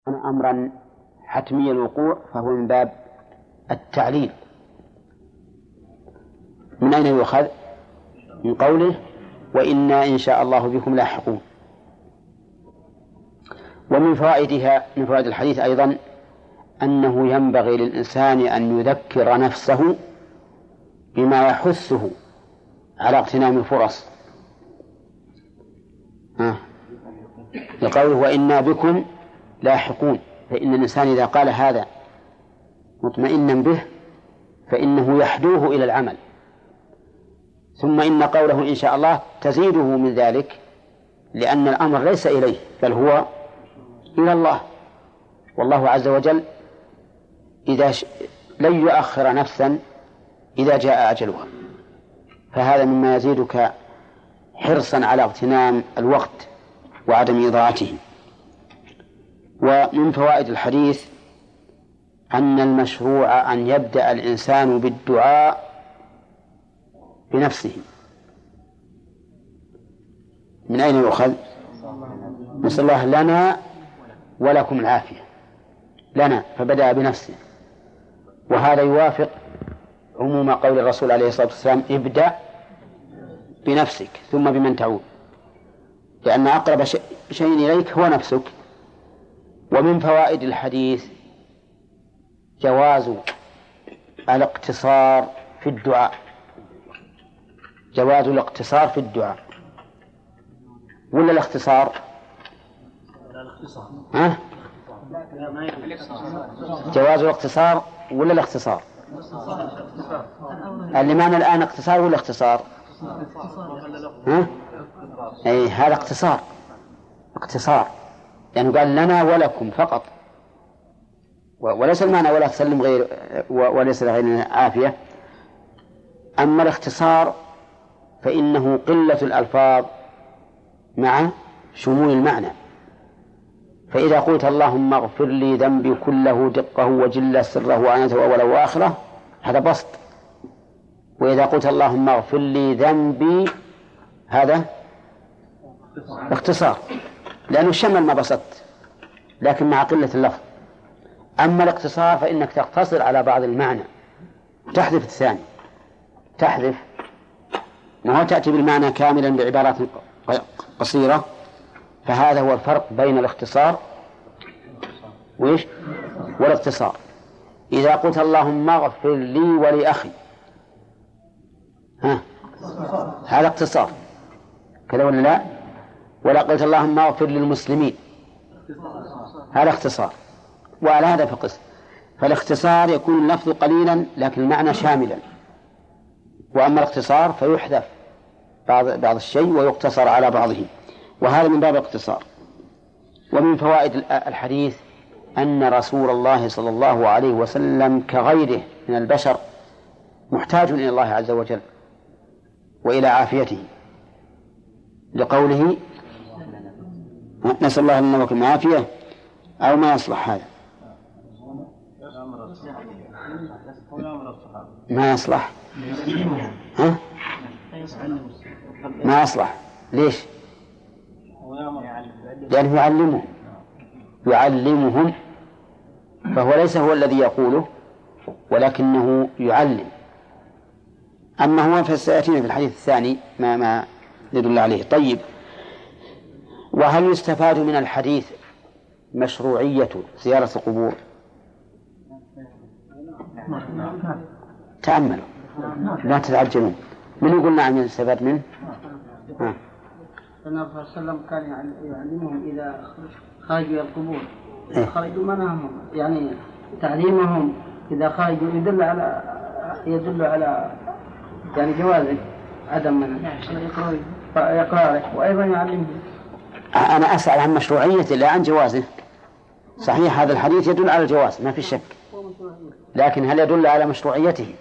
أمرا حتمي الوقوع فهو من باب التعليل. من أين يؤخذ؟ من قوله وإنا إن شاء الله بكم لاحقون. ومن فوائدها من فوائد الحديث أيضا أنه ينبغي للإنسان أن يذكر نفسه بما يحثه على اغتنام الفرص. لقوله وإنا بكم لاحقون، فإن الإنسان إذا قال هذا مطمئنا به فإنه يحدوه إلى العمل. ثم إن قوله إن شاء الله تزيده من ذلك، لأن الأمر ليس إليه بل هو إلى الله، والله عز وجل إذا لن يؤخر نفسا إذا جاء أجلها، فهذا مما يزيدك حرصا على اغتنام الوقت وعدم إضاعته. ومن فوائد الحديث أن المشروع أن يبدأ الإنسان بالدعاء بنفسه. من أين يؤخذ؟ نسأل الله لنا ولكم العافية. لنا فبدأ بنفسه، وهذا يوافق عموم قول الرسول عليه الصلاة والسلام ابدأ بنفسك ثم بمن تعود، لأن أقرب شيء إليك هو نفسك. ومن فوائد الحديث جواز الاقتصار في الدعاء، جواز الاقتصار في الدعاء ولا الاختصار؟ ها؟ جواز الاقتصار ولا الاختصار؟ اللي معنا الآن اقتصار ولا اختصار؟ ها؟ أي هذا اقتصار، اقتصار يعني قال لنا ولكم فقط، وليس المعنى ولا تسلم غير وليس لغيرنا عافية. أما الاختصار فإنه قلة الألفاظ مع شمول المعنى. فإذا قلت اللهم اغفر لي ذنبي كله دقه وجل سره وعنته وأوله وآخره هذا بسط، وإذا قلت اللهم اغفر لي ذنبي هذا اختصار، لأنه الشمل ما بسطت لكن مع قلة اللفظ. أما الاقتصار فإنك تقتصر على بعض المعنى تحذف الثاني، تحذف ما هو تأتي بالمعنى كاملا بعبارات قصيرة. فهذا هو الفرق بين الاختصار والاقتصار. إذا قلت اللهم اغفر لي ولأخي هذا اقتصار كذا ولا لا؟ ولا قلت اللهم اغفر للمسلمين هذا اختصار. وعلى هذا فقس، فالاختصار يكون اللفظ قليلا لكن المعنى شاملا، وأما الاختصار فيحذف بعض الشيء ويقتصر على بعضه، وهذا من باب الاختصار. ومن فوائد الحديث أن رسول الله صلى الله عليه وسلم كغيره من البشر محتاج إلى الله عز وجل وإلى عافيته، لقوله نسأل الله لنا ولكم العافية أو ما يصلح هذا ما يصلح ما يصلح. ليش؟ لأنه يعلمهم، فهو ليس هو الذي يقوله ولكنه يعلم. أما هو فسيأتينا في الحديث الثاني ما يدل عليه. طيب، وهل يستفاد من الحديث مشروعية زيارة القبور؟ تأملوا لا تتعجلون. من يقول نعم يستفاد منه؟ النبي صلى الله عليه وسلم كان يعلمهم إذا خرجوا القبور خرجوا منهم، يعني تعليمهم إذا خرجوا يدل على يعني جواز عدم منه إقراره، وأيضا يعلمهم. أنا أسأل عن مشروعيته لا عن جوازه. صحيح هذا الحديث يدل على الجواز ما في شك، لكن هل يدل على مشروعيته؟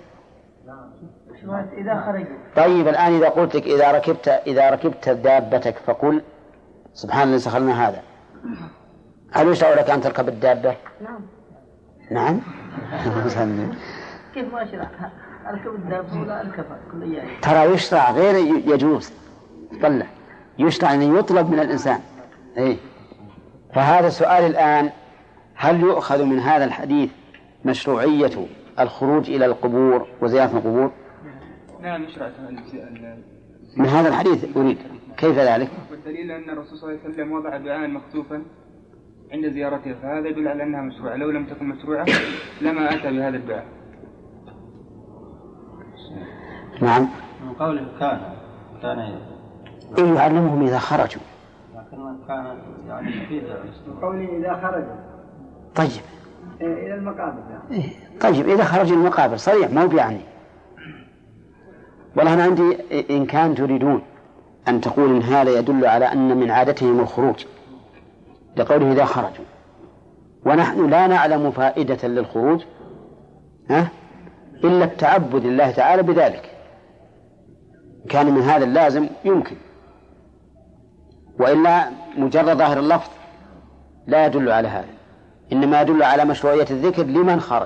إذا خرجوا. طيب الآن إذا قلت لك إذا ركبت دابتك فقل سبحان الذي سخرنا هذا، هل يشرع لك أن تركب الدابة؟ نعم. كيف ما أشرع أركب الدابة ولا أركبها كل أيام؟ ترى يشرع غير يجوز، طلع يشرع أن يطلب من الإنسان. فهذا السؤال الآن هل يؤخذ من هذا الحديث مشروعية الخروج إلى القبور وزيارة القبور؟ نعم يشرع من هذا الحديث أريد. كيف ذلك؟ والدليل أن الرسول صلى الله عليه وسلم وضع دعاء مخصوصا عند زيارته، فهذا يدل على أنها مشروعة. لو لم تكن مشروعة لما أتى بهذا الدعاء. نعم. من قوله كان يعلمهم إذا خرجوا، لكن كان يعني يفيد. من قوله إذا خرجوا. طيب. إلى المقابر. طيب إذا خرجوا المقابر صريح، ما هو يعني. والله أنا عندي إن كان تريدون أن تقول إن هذا يدل على أن من عادتهم الخروج لقوله إذا خرجوا، ونحن لا نعلم فائدة للخروج إلا التعبد لله تعالى بذلك. كان من هذا اللازم يمكن، وإلا مجرد ظاهر اللفظ لا يدل على هذا، إنما يدل على مشروعية الذكر لمن خرج.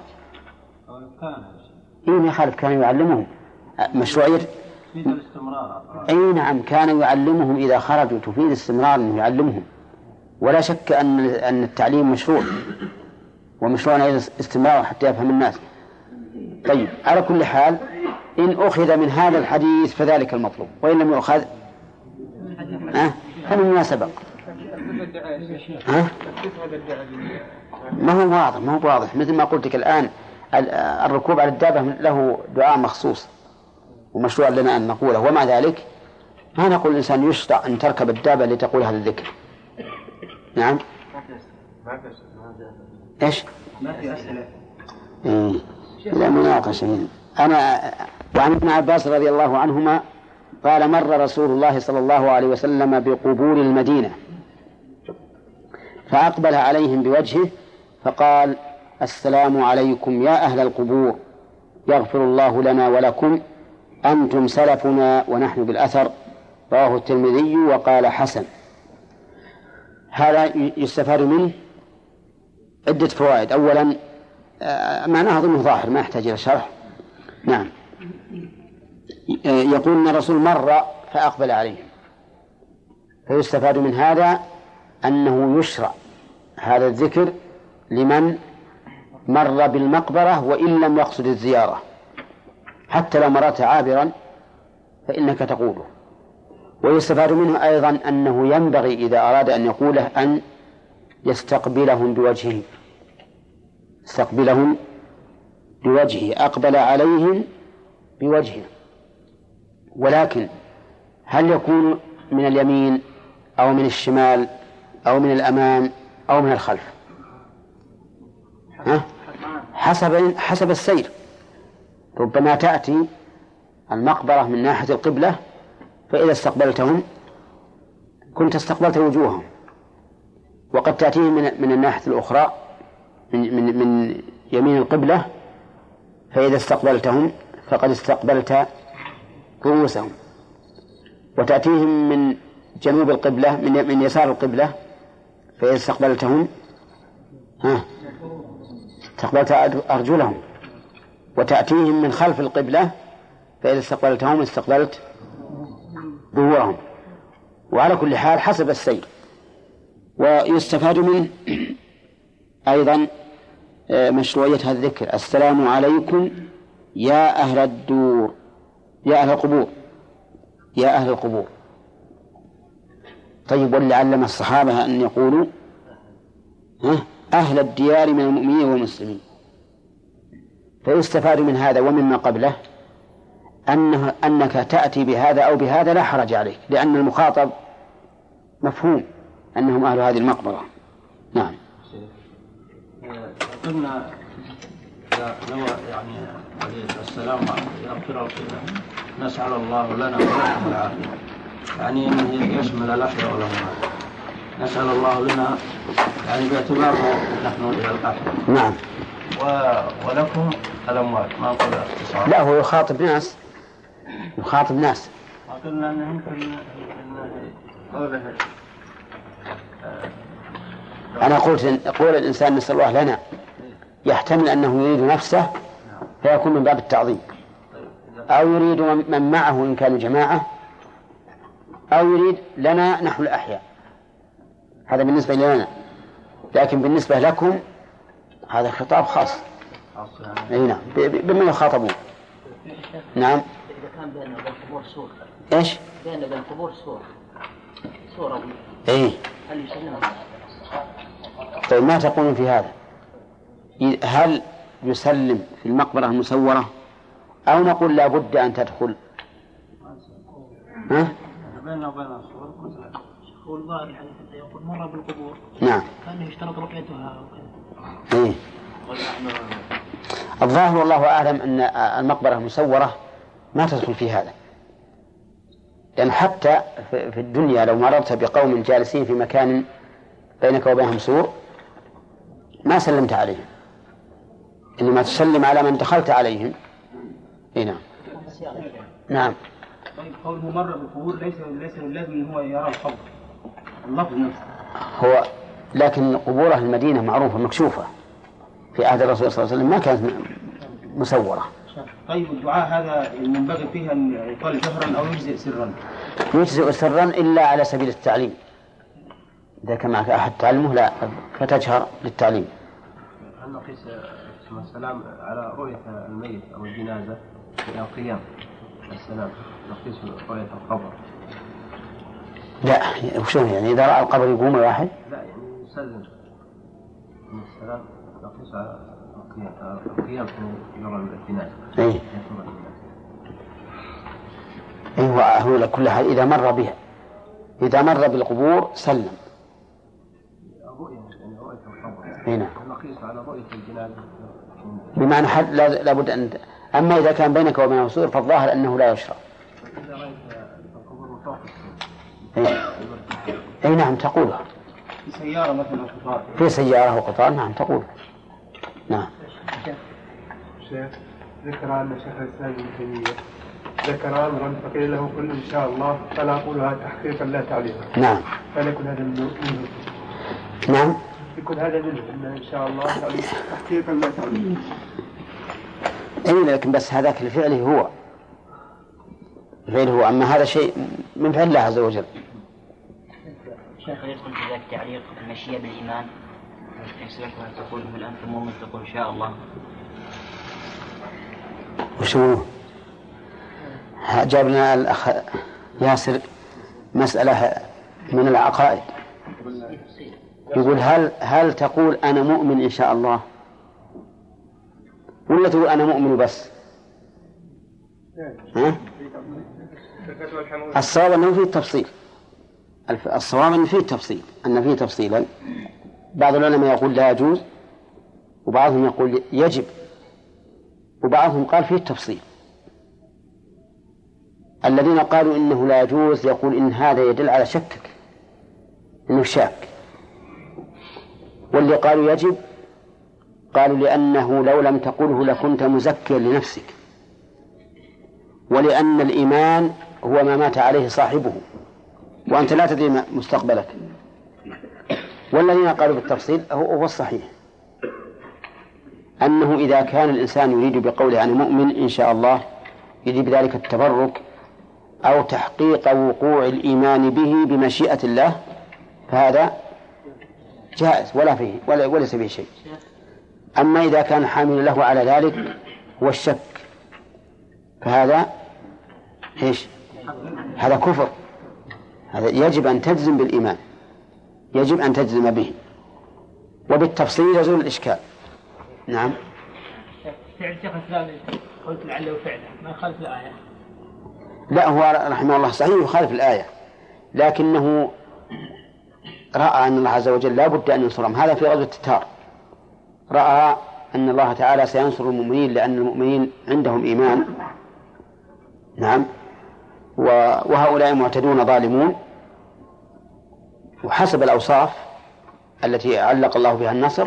إيه يخالف، كان يعلمهم مشروعية أي نعم، كان يعلمهم إذا خرجوا، تفيد استمرار أنه يعلمهم، ولا شك أن التعليم مشروع، ومشروع أيضا استمرار حتى يفهم الناس. طيب على كل حال إن أخذ من هذا الحديث فذلك المطلوب، وإن لم يؤخذ فمما سبق. ما هو واضح مثل ما قلت لك الآن. الركوب على الدابة له دعاء مخصوص ومشروع لنا أن نقوله، ومع ذلك ما نقول الإنسان يشرع أن تركب الدابة لتقول هذا الذكر. نعم. إيش؟ ما في أسئلة. لا مناقشة. أنا وعن ابن عباس رضي الله عنهما قال مر رسول الله صلى الله عليه وسلم بقبور المدينة فأقبل عليهم بوجهه فقال السلام عليكم يا أهل القبور، يغفر الله لنا ولكم، أنتم سلفنا ونحن بالأثر. رواه الترمذي وقال حسن. هذا يستفاد منه عدة فوائد. أولا معناه أظنه ظاهر ما يحتاج إلى شرح. نعم. يقول أن الرسول مر فأقبل عليهم، فيستفاد من هذا أنه يشرع هذا الذكر لمن مر بالمقبرة وإن لم يقصد الزيارة، حتى لو مرت عابرا فإنك تقوله. ويستفاد منه أيضا أنه ينبغي إذا أراد أن يقوله أن يستقبلهم بوجهه، استقبلهم بوجهه، أقبل عليهم بوجهه. ولكن هل يكون من اليمين أو من الشمال أو من الأمام أو من الخلف؟ حسب السير. ربما تأتي المقبرة من ناحية القبلة، فإذا استقبلتهم كنت استقبلت وجوههم، وقد تأتيهم من الناحية الأخرى من يمين القبلة، فإذا استقبلتهم فقد استقبلت رؤوسهم، وتأتيهم من جنوب القبلة من يسار القبلة، فإذا استقبلتهم استقبلت أرجلهم، وتأتيهم من خلف القبلة، فإذا استقبلتهم استقبلت ظهورهم. وعلى كل حال حسب السير. ويستفاد منه أيضا مشروعية هذا الذكر، السلام عليكم يا أهل الدور، يا أهل القبور، يا أهل القبور. طيب واللي علم الصحابة أن يقولوا أهل الديار من المؤمنين والمسلمين. فيستفاد من هذا ومما قبله أنك تأتي بهذا أو بهذا لا حرج عليك، لأن المخاطب مفهوم أنهم أهل هذه المقبرة. نعم. قلنا لو يعني السلام يغفر نسأل الله لنا ولكم العافية، يعني أنه يشمل الأحياء والأموات. نسأل الله لنا يعني باعتباره نحن إلى الأحياء. نعم. ولكم الأموات، ما نقول اختصار. لا، هو يخاطب ناس، يخاطب ناس. قلنا أنه يمكن قوله أنا قول الإنسان نسأل الله لنا يحتمل أنه يريد نفسه فيكون من باب التعظيم، أو يريد من معه إن كانوا جماعة، أو يريد لنا نحن الأحياء. هذا بالنسبة لنا، لكن بالنسبة لكم هذا خطاب خاص. أي نعم، بمن يخاطبون. نعم. إذا كان بيننا وبين القبور سور. إيش؟ بيننا وبين القبور سور. إيه. هل يسلم؟ طيب ما تقولون في هذا؟ هل يسلم في المقبرة المسورة أو نقول لا بد أن تدخل؟ ها؟ بيننا وبين الصور هو الظاهر الحديث يقول مر بالقبور. نعم. كأنه يشترط رؤيتها. إيه. الظاهر والله أعلم أن المقبرة المسورة ما تدخل في هذا، لأن حتى في الدنيا لو مررت بقوم جالسين في مكان بينك وبينهم سور ما سلمت عليهم، إنما تسلم على من دخلت عليهم. إيه نعم. نعم. طيب قوله مر بالقبور ليس لازم أن هو يرى القبر، اللفظ نفسه هو، لكن قبور المدينة معروفة مكشوفة، في عهد الرسول صلى الله عليه وسلم ما كانت مسورة. طيب الدعاء هذا المنبغي فيها أن يقال جهرا أو يجزئ سرا؟ يجزئ سرا إلا على سبيل التعليم، إذا كان معك أحد تعلمه لا فتجهر للتعليم. هل نقيس السلام على رؤية الميت أو الجنازة في القيام السلام، نقيس رؤية القبر؟ لا، وشون يعني إذا رأى القبر يقوم واحد؟ لا، يعني يسلم من السلام نقيس على القيام في يوم الجنازة. إيه. أيوة، هو لكل حال إذا مر بها، إذا مر بالقبور سلم. رؤية يعني رؤية القبر. هنا. نقيس على رؤية الجنازة. بمعنى حد لابد أن، أما إذا كان بينك وبينه سور فالظاهر أنه لا يشرع. إذا رأيت القبور فوق السور. أي نعم تقولها. في سيارة مثلا قطار. في سيارة وقطار نعم تقولها. نعم. شيخ ذكر أن شيخ الإسلام ابن تيمية ذكر أمرا فقيل له قل إن شاء الله فلا أقولها تحقيقا لا تعليقا. نعم. فليكن هذا منه. نعم. يكون هذا منه إن شاء الله تحقيقا لا تعليقا. أي لكن بس هذاك الفعل هو أما هذا شيء من فعل الله عز وجل. شيخ يدخل في ذلك تعليق المشيئة بالإيمان، يسألك هل تقول هل أنت مؤمن تقول إن شاء الله. وشو جاب لنا الأخ ياسر مسألة من العقائد، يقول هل تقول أنا مؤمن إن شاء الله ولا تقول أنا مؤمن بس؟ ها؟ الصواب أنه فيه التفصيل، الصواب أنه فيه التفصيل، أن فيه تفصيلا. بعض العلماء يقول لا يجوز، وبعضهم يقول يجب، وبعضهم قال فيه التفصيل. الذين قالوا إنه لا يجوز يقول إن هذا يدل على شكك، إنه شاك. واللي قالوا يجب قالوا لأنه لو لم تقله لكنت مزكيا لنفسك، ولأن الإيمان هو ما مات عليه صاحبه وأنت لا تدري مستقبلك. والذين قالوا بالتفصيل هو الصحيح، أنه إذا كان الإنسان يريد بقوله أنا مؤمن إن شاء الله يريد بذلك التبرك أو تحقيق وقوع الإيمان به بمشيئة الله فهذا جائز وليس فيه شيء. أما إذا كان حامل له على ذلك هو الشك فهذا إيش؟ هذا كفر. هذا يجب أن تجزم بالإيمان، يجب أن تجزم به، وبالتفصيل يزول الإشكال. نعم. فعل شيخ الإسلام قلت لعله فعله ما يخالف الآية. لا، هو رحمه الله صحيح يخالف الآية، لكنه رأى أن الله عز وجل لا بد أن ينصرهم. هذا في غزوة التتار، رأى أن الله تعالى سينصر المؤمنين لأن المؤمنين عندهم إيمان. نعم. وهؤلاء معتدون ظالمون، وحسب الأوصاف التي علق الله بها النصر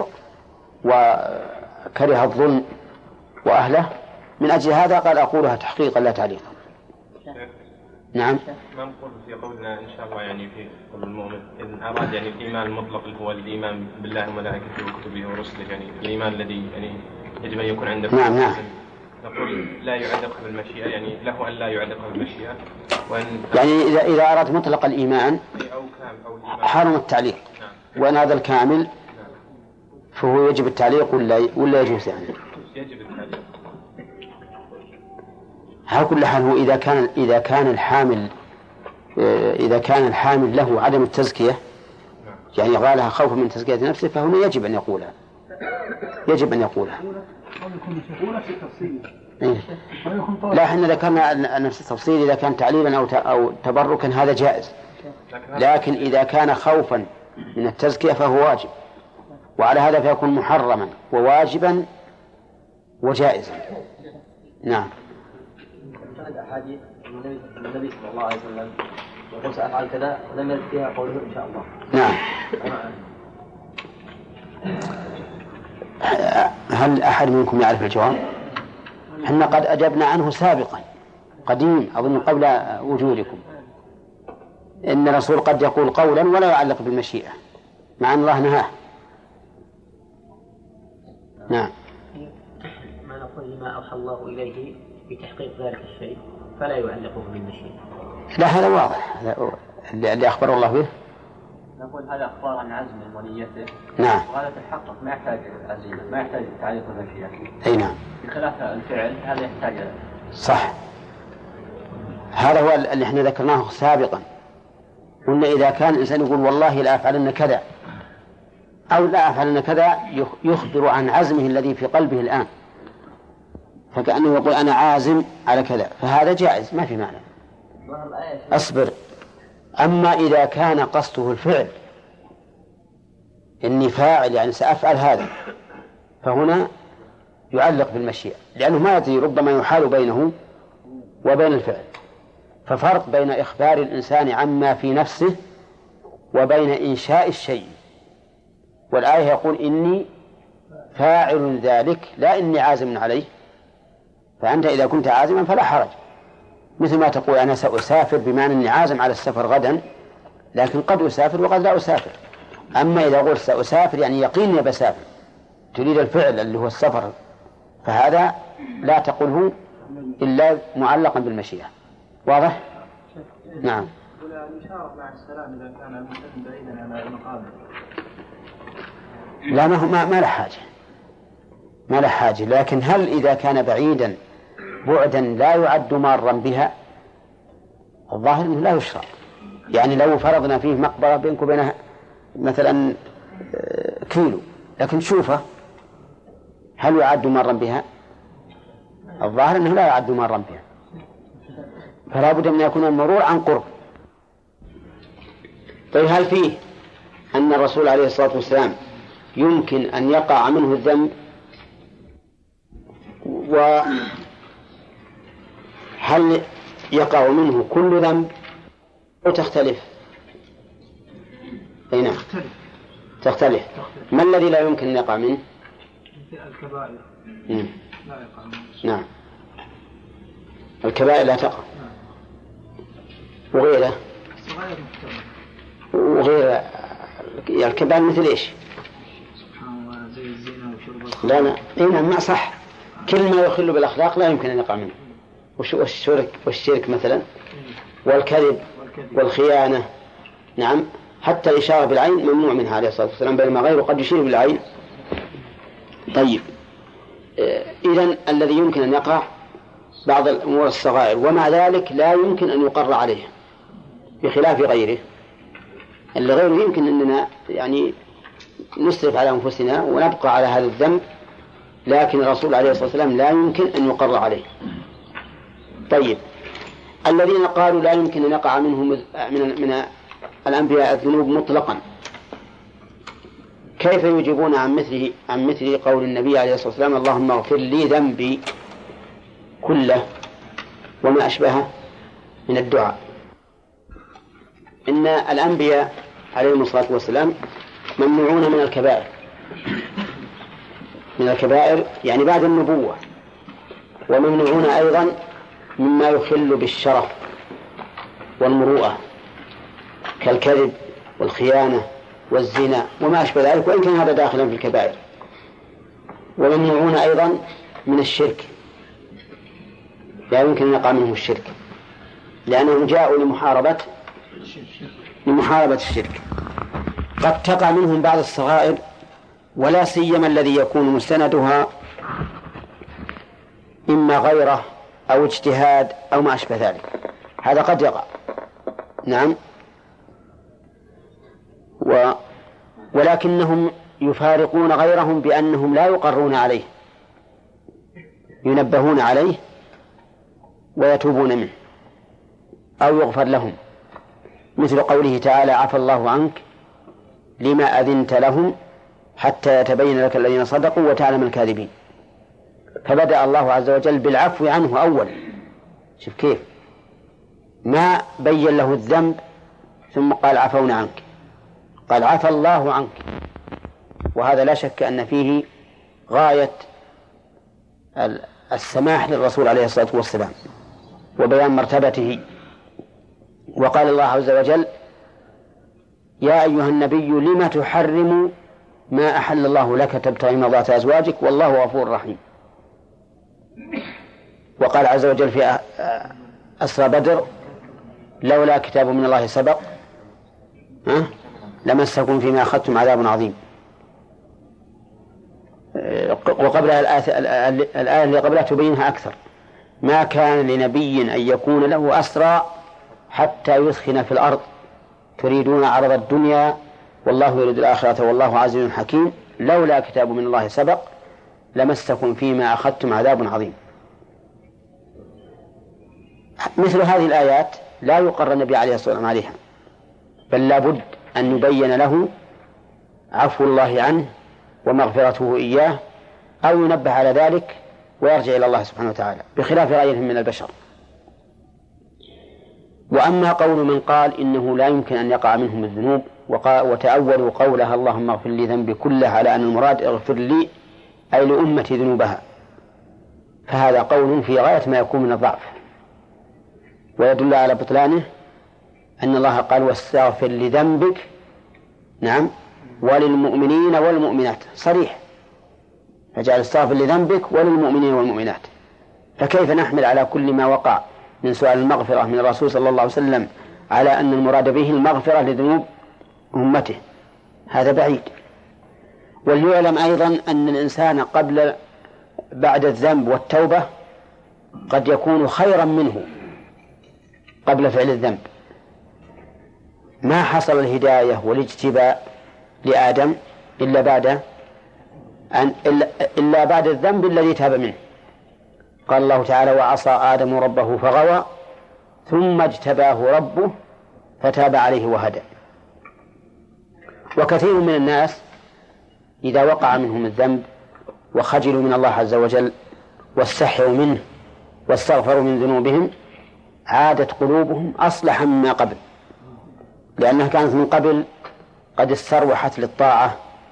وكره الظلم وأهله. من أجل هذا قال أقولها تحقيقا لا تعليقا. نعم. ما نقول في قولنا إن شاء الله يعني في قول المؤمن إذن أراد يعني الإيمان المطلق اللي هو الإيمان بالله وملائكته وكتبه ورسله، يعني الإيمان الذي يعني يجب أن يكون عنده. نعم. نقول لا يعلق بالمشيئة، يعني له أن لا يعلق بالمشيئة، يعني إذا أردت مطلق الإيمان أو كامل أو حرم التعليق. نعم. وأن هذا الكامل فهو يجب التعليق ولا يجوز يعني؟ يجب التعليق. على كل حال هو إذا كان الحامل له عدم التزكية يعني قالها خوفا من تزكية نفسه فهنا يجب أن يقولها. لا احنا ذكرنا نفس التفصيل إذا كان تعليلا أو تبركا هذا جائز، لكن إذا كان خوفا من التزكية فهو واجب، وعلى هذا فيكون محرما وواجبا وجائزا. نعم. أحاديث النبي صلى الله عليه وسلم يقول سأفعل كذا ولم يرد فيها قوله إن شاء الله. نعم. هل أحد منكم يعرف الجواب؟ احنا قد أجبنا عنه سابقا قديم أظن قبل وجودكم، إن الرسول قد يقول قولا ولا يعلق بالمشيئة مع أن الله نهاه. نعم. ما نقول لما أوحى الله إليه بتحقيق ذلك الشيء فلا يعلقه بالمشيئة. لا هذا واضح، اللي أخبر الله به. نقول هذا أخبار عن عزم ونيته. نعم. وهذا تحقق ما يحتاج عزيمة، ما يحتاج تعليق المشيئة. أي نعم. بخلاف الفعل هذا يحتاج. صح. هذا هو اللي احنا ذكرناه سابقا، قلنا إذا كان الإنسان يقول والله لا أفعلن كذا أو لا أفعلن كذا يخبر عن عزمه الذي في قلبه الآن، فكأنه يقول أنا عازم على كذا، فهذا جائز ما في معنى. أصبر. أما إذا كان قصده الفعل إني فاعل يعني سأفعل هذا، فهنا يعلق بالمشيئة، لأنه ما يدري ربما يحال بينه وبين الفعل. ففرق بين إخبار الإنسان عما في نفسه وبين إنشاء الشيء. والآية يقول إني فاعل ذلك لا إني عازم عليه، فأنت إذا كنت عازما فلا حرج، مثل ما تقول أنا سأسافر بمعنى أني عازم على السفر غدا، لكن قد أسافر وقد لا أسافر. أما إذا قلت سأسافر يعني يقيني بسافر، تريد الفعل اللي هو السفر، فهذا لا تقوله إلا معلقا بالمشيئة. واضح؟ نعم. الإشارة مع السلام إذا كان المتهم بعيدا عن المقابل. لا ما له حاجة، لكن هل إذا كان بعيدا بعدا لا يعد مارا بها؟ الظاهر أنه لا يشرع. يعني لو فرضنا فيه مقبرة بينك وبينها مثلا كيلو، لكن شوفه هل يعد مارا بها؟ الظاهر أنه لا يعد مارا بها، فلا بد أن يكون المرور عن قرب. طيب هل فيه أن الرسول عليه الصلاة والسلام يمكن أن يقع منه الذنب، وهل يقع منه كل ذنب أو تختلف؟ أي نعم تختلف. ما الذي لا يمكن أن يقع منه؟ الكبائر لا يقع منه. نعم الكبائر لا تقع. وغيره وغير الكبائر مثل إيش؟ زي الزنا وشرب الخمر. لا إيه ما صح، كل ما يخل بالأخلاق لا يمكن أن يقع منه. والشرك مثلا، والكذب والخيانة. نعم حتى الإشارة بالعين ممنوع منها عليه الصلاة والسلام، بينما غيره قد يشير بالعين. طيب إذن الذي يمكن أن يقع بعض الأمور الصغائر، ومع ذلك لا يمكن أن يقر عليه، بخلاف غيره. اللي غيره يمكن أننا يعني نسرف على أنفسنا ونبقى على هذا الذنب، لكن الرسول عليه الصلاة والسلام لا يمكن أن يقر عليه. طيب الذين قالوا لا يمكن أن يقع منهم من الأنبياء الذنوب مطلقا، كيف يجيبون عن مثل قول النبي عليه الصلاة والسلام اللهم اغفر لي ذنبي كله وما أشبهه من الدعاء؟ إن الأنبياء عليهم الصلاة والسلام ممنوعون من الكبائر يعني بعد النبوة، وممنوعون أيضا مما يخل بالشرف والمروءة كالكذب والخيانة والزنا وما أشبه ذلك، وإن كان هذا داخلا في الكبائر. وممنوعون أيضا من الشرك، لا يمكن أن يقع منهم الشرك، لأنهم جاءوا لمحاربة الشرك. قد تقع منهم بعض الصغائر ولا سيما الذي يكون مستندها إما غيره أو اجتهاد أو ما أشبه ذلك، هذا قد يقع. نعم. ولكنهم يفارقون غيرهم بأنهم لا يقرون عليه، ينبهون عليه ويتوبون منه أو يغفر لهم، مثل قوله تعالى: عفى الله عنك لما أذنت لهم حتى يتبين لك الذين صدقوا وتعلم الكاذبين. فبدأ الله عز وجل بالعفو عنه أول. شوف كيف، ما بين له الذنب ثم قال عفونا عنك، قال عفى الله عنك، وهذا لا شك أن فيه غاية السماح للرسول عليه الصلاة والسلام وبيان مرتبته. وقال الله عز وجل: يا أيها النبي لم تحرم ما أحل الله لك تبتغي مرضات أزواجك والله غفور رحيم. وقال عز وجل في أسرى بدر: لولا كتاب من الله سبق لمسكم فيما أخذتم عذاب عظيم. وقبلها الآية اللي قبلها تبينها أكثر: ما كان لنبي أن يكون له أسرى حتى يثخن في الأرض تريدون عرض الدنيا والله يريد الآخرة والله عزيز حكيم لولا كتاب من الله سبق لمسكم فيما أخذتم عذاب عظيم. مثل هذه الآيات لا يقر النبي عليه الصلاة والسلام عليها، بل لا بد أن يبين له عفو الله عنه ومغفرته إياه، أو ينبه على ذلك ويرجع إلى الله سبحانه وتعالى، بخلاف غيرهم من البشر. وأما قول من قال إنه لا يمكن أن يقع منهم الذنوب وتأولوا قولها اللهم اغفر لي ذنبي كله على أن المراد اغفر لي أي لأمتي ذنوبها، فهذا قول في غاية ما يكون من الضعف، ويدل على بطلانه أن الله قال واستغفر لذنبك، نعم، وللمؤمنين والمؤمنات، صريح، فجعل استغفر لذنبك وللمؤمنين والمؤمنات. فكيف نحمل على كل ما وقع من سؤال المغفرة من الرسول صلى الله عليه وسلم على أن المراد به المغفرة لذنوب أمته؟ هذا بعيد. وليعلم أيضا أن الإنسان بعد الذنب والتوبة قد يكون خيرا منه قبل فعل الذنب. ما حصل الهداية والاجتباء لآدم إلا بعد الذنب الذي تاب منه. قال الله تعالى: وعصى آدم ربه فغوى ثم اجتباه ربه فتاب عليه وهدى. وكثير من الناس إذا وقع منهم الذنب وخجلوا من الله عز وجل واستحيوا منه واستغفروا من ذنوبهم عادت قلوبهم أصلح مما قبل، لأنها كانت من قبل قد استروحت للطاعة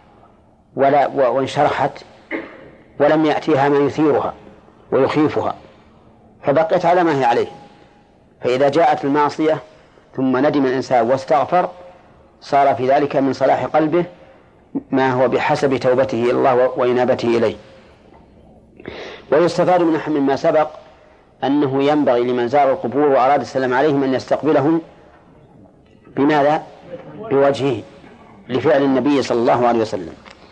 وانشرحت ولم يأتيها ما يثيرها ويخيفها، فبقيت على ما هي عليه. فإذا جاءت المعصية ثم ندم الإنسان واستغفر صار في ذلك من صلاح قلبه ما هو بحسب توبته إلى الله وإنابته إليه. ويستفاد من ما سبق أنه ينبغي لمن زار القبور وأراد السلام عليهم أن يستقبلهم بماذا؟ بوجهه، لفعل النبي صلى الله عليه وسلم.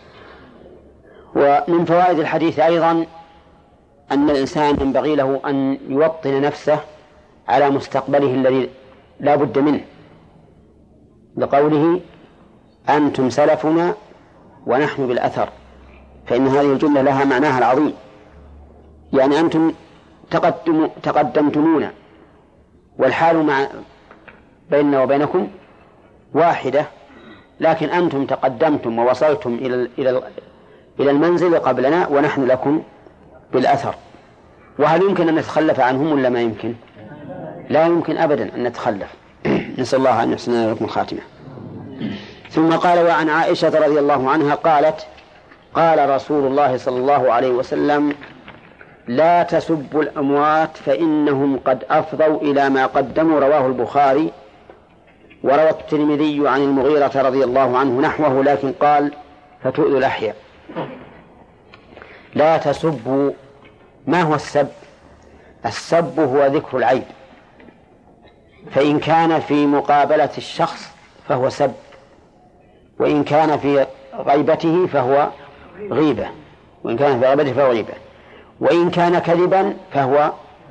ومن فوائد الحديث أيضا أن الإنسان ينبغي له أن يوطن نفسه على مستقبله الذي لا بد منه، لقوله: أنتم سلفنا ونحن بالأثر، فإن هذه الجملة لها معناها العظيم، يعني أنتم تقدمتمونا والحال بيننا وبينكم واحدة، لكن أنتم تقدمتم ووصلتم إلى المنزل قبلنا ونحن لكم بالأثر. وهل يمكن أن نتخلف عنهم ولا ما يمكن؟ لا يمكن أبدا أن نتخلف. نسأل الله أن يحسن لكم الخاتمة. ثم قال: وعن عائشة رضي الله عنها قالت: قال رسول الله صلى الله عليه وسلم: لا تسبوا الأموات فإنهم قد أفضوا إلى ما قدموا. رواه البخاري. وروى الترمذي عن المغيرة رضي الله عنه نحوه، لكن قال: فتؤذوا الأحياء. لا تسبوا. ما هو السب؟ السب هو ذكر العيب، فإن كان في مقابلة الشخص فهو سب، وإن كان في غيبته فهو غيبة، وإن كان في غيبته فهو غيبة، وإن كان كذبا فهو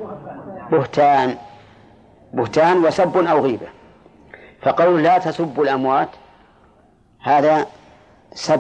بهتان وسب أو غيبة. فقول لا تسبوا الأموات هذا سب،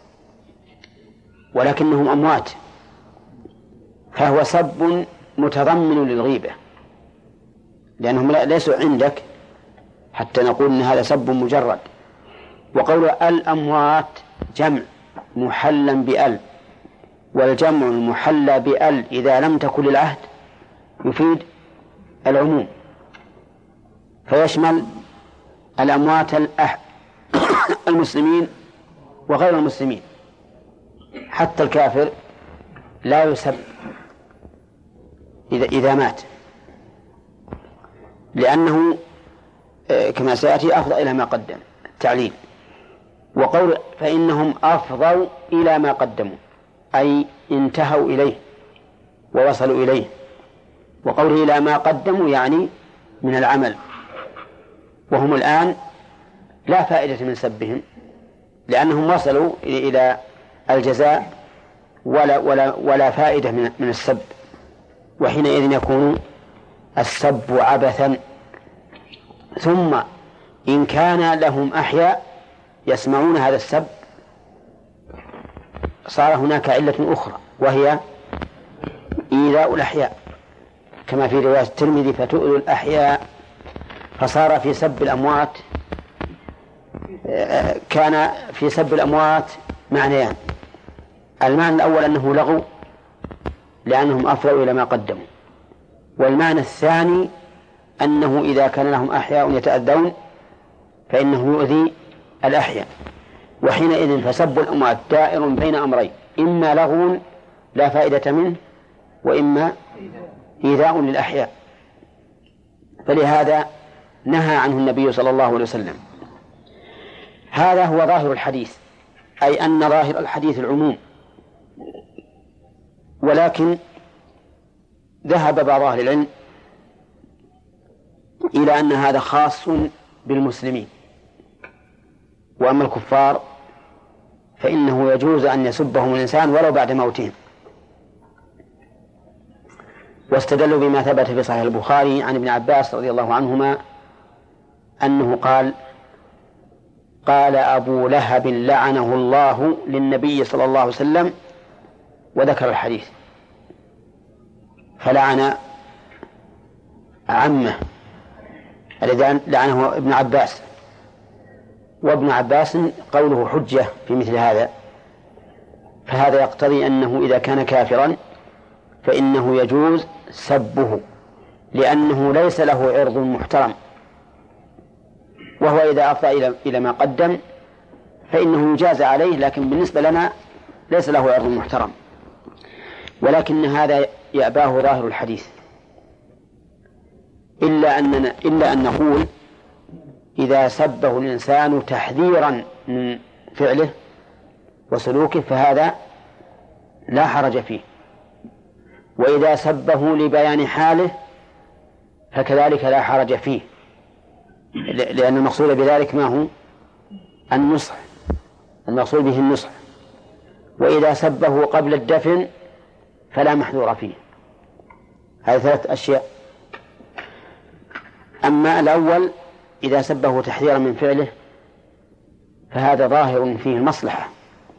ولكنهم أموات، فهو سب متضمن للغيبة، لأنهم ليسوا عندك حتى نقول إن هذا سب مجرد. وقول الأموات جمع محلا بأل، والجمع المحلى بأل إذا لم تكن للعهد يفيد العموم، فيشمل الأموات المسلمين وغير المسلمين، حتى الكافر لا يسب إذا مات، لأنه كما سيأتي أفضى إلى ما قدم التعليل. وقول فإنهم أفضوا إلى ما قدموا أي انتهوا إليه ووصلوا إليه، وقوله إلى ما قدموا يعني من العمل، وهم الآن لا فائدة من سبهم لأنهم وصلوا إلى الجزاء ولا فائدة من السب، وحينئذ يكون السب عبثا. ثم إن كان لهم أحياء يسمعون هذا السب صار هناك علة أخرى وهي إيذاء الأحياء، كما في رواية الترمذي فتؤذوا الأحياء، فصار في سب الأموات كان في سب الأموات معنيان: المعنى الأول أنه لغو لأنهم أفضوا إلى ما قدموا، والمعنى الثاني أنه إذا كان لهم أحياء يتأذون فإنه يؤذي الأحياء، وحينئذ فسب الأموات دائر بين أمرين: إما لغو لا فائدة منه، وإما إيذاء للأحياء. فلهذا نهى عنه النبي صلى الله عليه وسلم. هذا هو ظاهر الحديث، أي أن ظاهر الحديث العموم، ولكن ذهب بعض أهل العلم إلى أن هذا خاص بالمسلمين، وأما الكفار فإنه يجوز أن يسبهم الإنسان ولو بعد موتهم. واستدلوا بما ثبت في صحيح البخاري عن ابن عباس رضي الله عنهما أنه قال أبو لهب لعنه الله للنبي صلى الله عليه وسلم، وذكر الحديث، فلعن عمه الذي لعنه ابن عباس، وابن عباس قوله حجة في مثل هذا، فهذا يقتضي أنه إذا كان كافرا فإنه يجوز سبه، لأنه ليس له عرض محترم، وهو إذا أفضى إلى ما قدم فإنه يجاز عليه، لكن بالنسبة لنا ليس له عرض محترم. ولكن هذا يأباه ظاهر الحديث، إلا أن نقول إذا سبه الإنسان تحذيرا من فعله وسلوكه فهذا لا حرج فيه، وإذا سبه لبيان حاله فكذلك لا حرج فيه، لأن المقصود بذلك ما هو النصح، المقصود به النصح. وإذا سبه قبل الدفن فلا محذور فيه. هذه 3 أشياء. أما الأول إذا سبه تحذيرا من فعله فهذا ظاهر فيه المصلحة،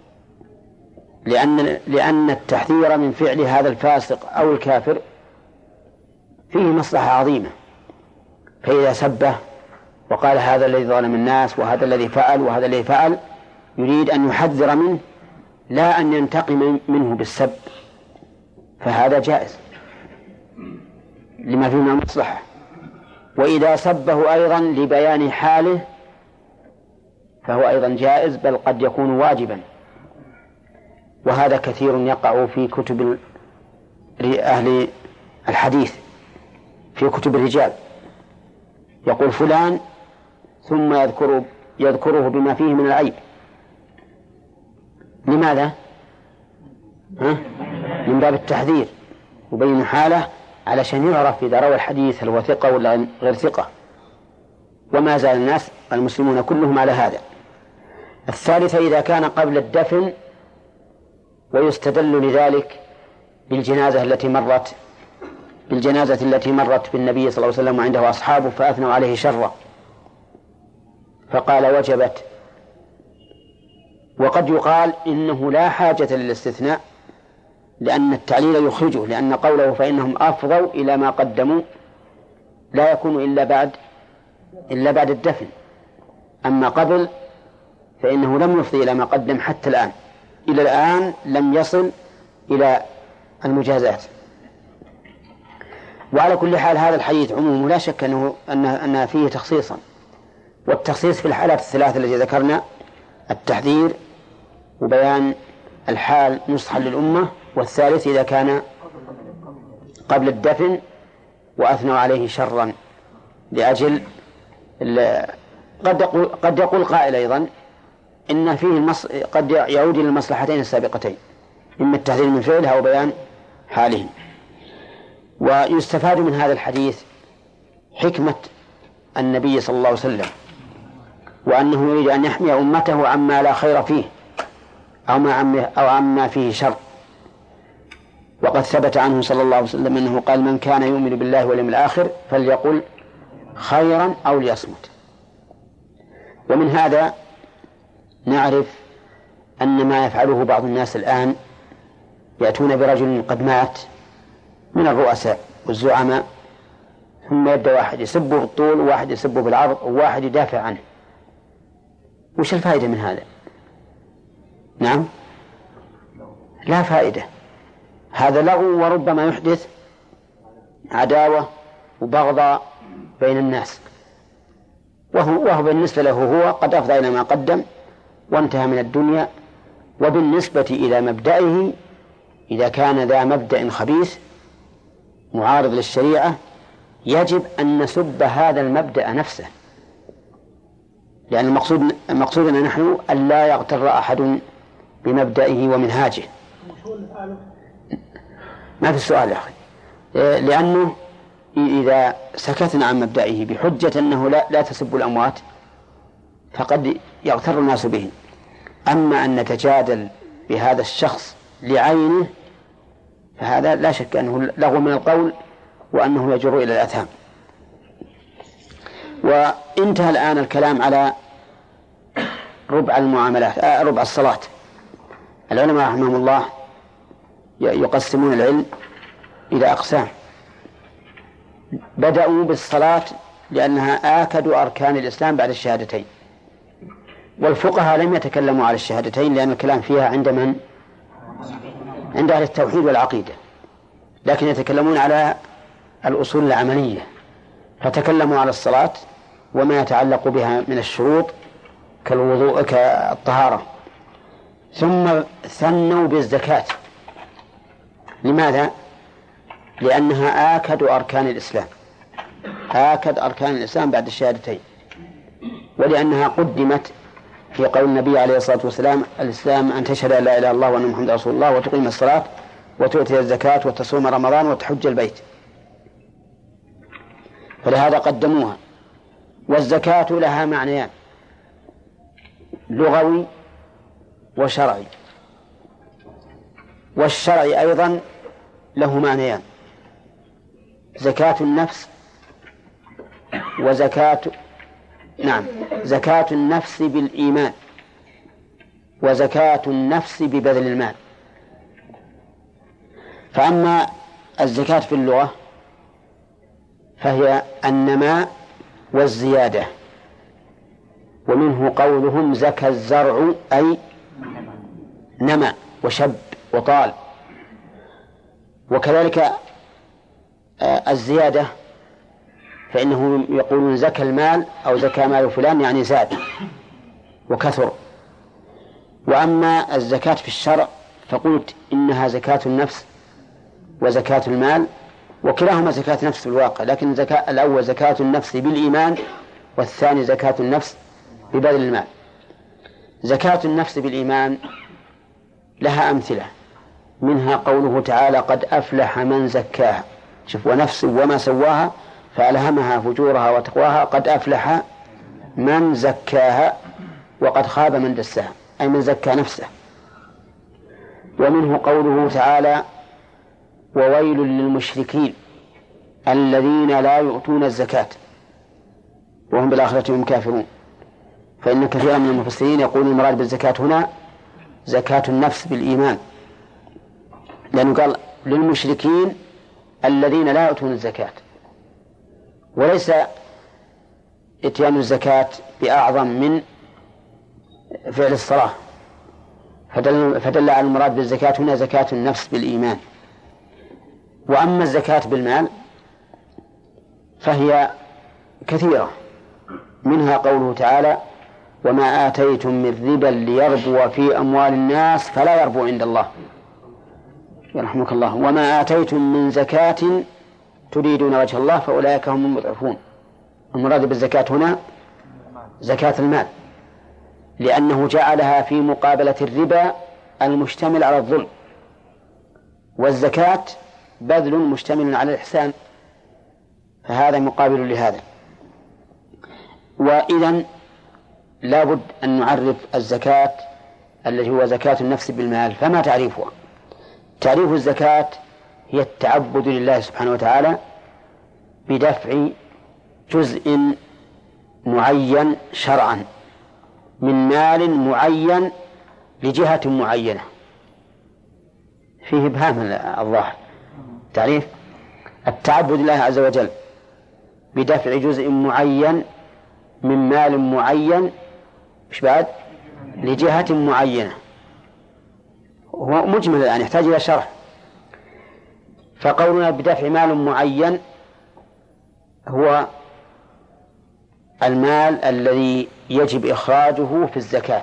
لأن التحذير من فعل هذا الفاسق أو الكافر فيه مصلحة عظيمة. فإذا سبه وقال هذا الذي ظلم الناس وهذا الذي فعل وهذا الذي فعل، يريد أن يحذر منه لا أن ينتقم منه بالسب، فهذا جائز لما فيه من المصلحة. وإذا سبه أيضا لبيان حاله فهو أيضا جائز، بل قد يكون واجبا، وهذا كثير يقع في كتب أهل الحديث، في كتب الرجال، يقول فلان ثم يذكره بما فيه من العيب. لماذا؟ من باب التحذير، يبين حاله علشان يعرف إذا روى الحديث هل هو ثقة ولا غير ثقة. وما زال الناس المسلمون كلهم على هذا. الثالثة إذا كان قبل الدفن ويستدل لذلك بالجنازة التي مرت بالنبي صلى الله عليه وسلم وعنده أصحابه فأثنوا عليه شرا فقال وجبت. وقد يقال إنه لا حاجة للاستثناء لأن التعليل يخرجه، لأن قوله فإنهم أفضوا إلى ما قدموا لا يكون إلا بعد الدفن، أما قبل فإنه لم يفضي إلى ما قدم حتى الآن، إلى الآن لم يصل إلى المجازات. وعلى كل حال هذا الحديث عموم لا شك أن فيه تخصيصا، والتخصيص في الحالات الثلاثة التي ذكرنا التحذير وبيان الحال نصحا للأمة، والثالث إذا كان قبل الدفن وأثنوا عليه شرا لأجل قد يقول قائل أيضا إن فيه قد يعود إلى المصلحتين السابقتين، إما التحذير من فعلها وبيان حالهم. ويستفاد من هذا الحديث حكمة النبي صلى الله عليه وسلم، وأنه يريد أن يحمي أمته عما لا خير فيه أو عما فيه شر. وقد ثبت عنه صلى الله عليه وسلم أنه قال من كان يؤمن بالله واليوم الآخر فليقل خيرا أو ليصمت. ومن هذا نعرف أن ما يفعله بعض الناس الآن يأتون برجل قد مات من الرؤساء والزعماء، ثم يبدأ واحد يسبه بالطول وواحد يسبه بالعرض وواحد يدافع عنه. وش الفائدة من هذا؟ نعم، لا فائدة، هذا لغو وربما يحدث عداوة وبغضاء بين الناس، وهو بالنسبة له هو قد أفضى إلى ما قدم وانتهى من الدنيا. وبالنسبة إلى مبدئه إذا كان ذا مبدأ خبيث معارض للشريعة يجب أن نسب هذا المبدأ نفسه، لأن المقصود أن نحن أن لا يغتر أحد بمبدئه ومنهاجه. ما في السؤال يا أخي، لأنه إذا سكتنا عن مبدئه بحجة أنه لا تسب الأموات فقد يغتر الناس به. أما أن نتجادل بهذا الشخص لعينه فهذا لا شك أنه لغو من القول وأنه يجر إلى الأثام. وانتهى الآن الكلام على ربع المعاملات، ربع الصلاة. العلماء رحمهم الله يقسمون العلم إلى أقسام. بدأوا بالصلاة لأنها آكد أركان الإسلام بعد الشهادتين، والفقهاء لم يتكلموا على الشهادتين لأن الكلام فيها عند من؟ عند أهل التوحيد والعقيدة، لكن يتكلمون على الأصول العملية، فتكلموا على الصلاة وما يتعلق بها من الشروط كالوضوء كالطهارة. ثم ثنوا بالزكاة. لماذا؟ لأنها آكد أركان الإسلام، آكد أركان الإسلام بعد الشهادتين، ولأنها قدمت في قول النبي عليه الصلاة والسلام الإسلام أن تشهد أن لا إله إلا الله وأن محمد رسول الله وتقيم الصلاة وتؤتي الزكاة وتصوم رمضان وتحج البيت، فلهذا قدموها. والزكاة لها معنيان، لغوي وشرعي، والشرعي أيضا له معنيان، زكاة النفس وزكاة زكاة النفس بالإيمان وزكاة النفس ببذل المال. فأما الزكاة في اللغة فهي النماء والزيادة، ومنه قولهم زكى الزرع أي نمى وشب وطال. وكذلك الزيادة فإنه يقولون زكى المال أو زكى مال فلان يعني زاد وكثر. وأما الزكاة في الشرع فقلت إنها زكاة النفس وزكاة المال، وكلاهما زكاة نفس في الواقع، لكن الأول زكاة النفس بالإيمان والثاني زكاة النفس ببذل المال. زكاة النفس بالإيمان لها أمثلة، منها قوله تعالى قد أفلح من زكاها، شوف، ونفس وما سواها فألهمها فجورها وتقواها، قد أفلح من زكاها وقد خاب من دساها، أي من زكى نفسه. ومنه قوله تعالى وويل للمشركين الذين لا يؤتون الزكاة وهم بالآخرة هم كافرون. فإن كثيرا من المفسرين يقول المراد بالزكاة هنا زكاة النفس بالإيمان، لأنه قال للمشركين الذين لا يؤتون الزكاة، وليس إتيان الزكاة بأعظم من فعل الصلاة، فدل على المراد بالزكاة هنا زكاة النفس بالإيمان. وأما الزكاة بالمال فهي كثيرة، منها قوله تعالى وما آتيتم من ربا ليربو في أموال الناس فلا يربو عند الله يرحمك الله، وما آتيتم من زكاة تريدون وجه الله فأولئك هم المضعفون. المراد بالزكاة هنا زكاة المال، لأنه جعلها في مقابلة الربا المشتمل على الظلم، والزكاة بذل مشتمل على الإحسان، فهذا مقابل لهذا. وإذن لا بد أن نعرف الزكاة التي هو زكاة النفس بالمال. فما تعريفها؟ تعريف الزكاة هي التعبد لله سبحانه وتعالى بدفع جزء معين شرعا من مال معين لجهة معينة. فيه إبهام الظاهر. تعريف التعبد لله عز وجل بدفع جزء معين من مال معين مش بعد لجهة معينة، هو مجمل الآن يحتاج إلى شرح. فقولنا بدفع مال معين هو المال الذي يجب إخراجه في الزكاة،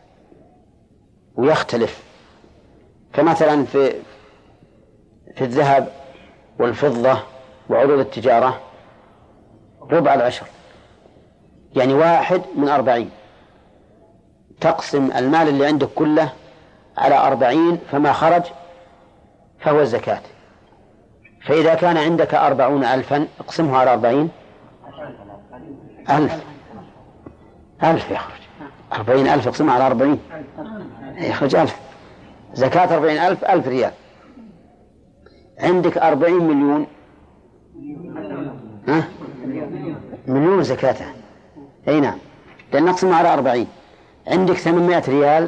ويختلف. فمثلا في الذهب والفضة وعروض التجارة ربع العشر، يعني 1/40. تقسم المال اللي عندك كله على 40، فما خرج فهو الزكاة. فإذا كان عندك 40,000 اقسمه على 40 ألف يخرج 40,000 اقسمه على 40 يخرج 1000. زكاة 40,000 1000 ريال. عندك 40 مليون، مليون زكاته، أي نعم، لأن نقسمه على 40. عندك 800 ريال،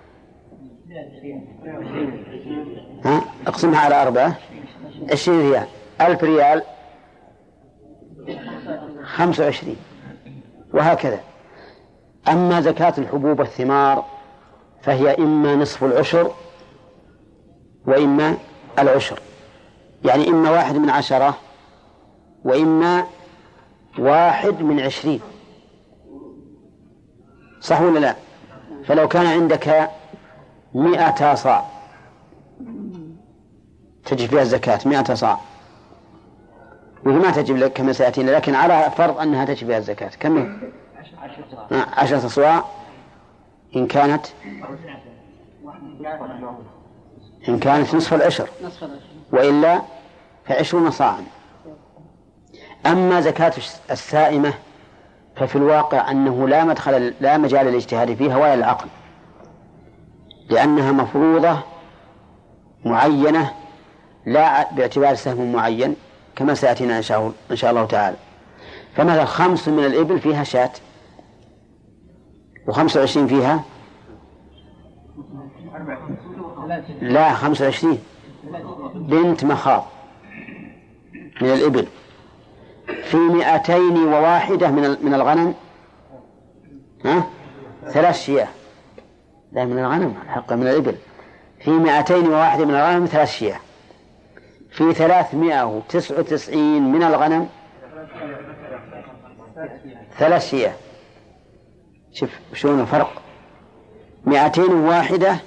اقسمها على 4 20 ريال. 1000 ريال 25، وهكذا. أما زكاة الحبوب والثمار فهي إما نصف العشر وإما العشر، يعني إما 1/10 وإما 1/20. صح ولا لا؟ فلو كان عندك 100 صاع تجب فيها الزكاة، 100 صاع، وهي ما تجب لك كما سيأتينا، لكن على فرض أنها تجب فيها الزكاة. كم هي؟ 10 صواع إن كانت نصف العشر، وإلا ف20 صاعا. أما زكاة السائمة ففي الواقع أنه لا مجال للاجتهاد فيها ولا العقل، لأنها مفروضة معينة لا باعتبار سهم معين كما سيأتينا إن شاء الله تعالى. فمثلا 5 من الإبل فيها شاة، و25 فيها لا 25 بنت مخاض من الإبل. في 201 من الغنم 3 شياه، لا من الغنم حق من الإبل. في 201 من الغنم 3 شياه. في 399 من الغنم 3 شياه. شوف شلون الفرق، 201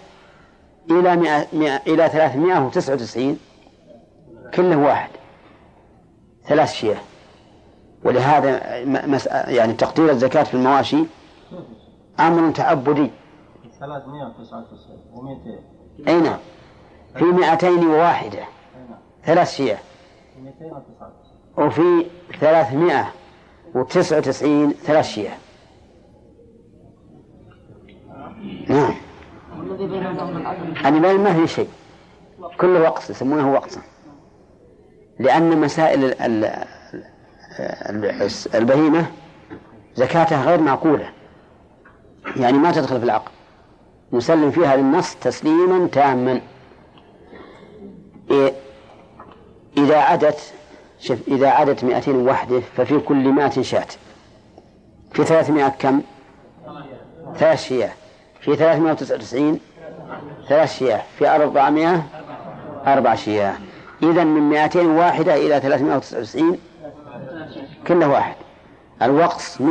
إلى 399 كله واحد، 3 شياه. ولهذا يعني تقدير الزكاة في المواشي أمر تعبدي. 399 و200. أي نعم، في 201 3 شياه، وفي 399 3 شياه. نعم. المال ما في شيء، كله وقت، يسمونه وقتا، لأن مسائل البهيمة زكاتها غير معقولة، يعني ما تدخل في العقل، نسلم فيها للنص تسليما تاما. إذا عدت 200 وحده ففي كل 100 شاة، في 300 كم؟ 3 شياه، في 399 3 شياه، في 400 4 شياه. إذن من 200 واحدة إلى 399 كله واحد. الوقص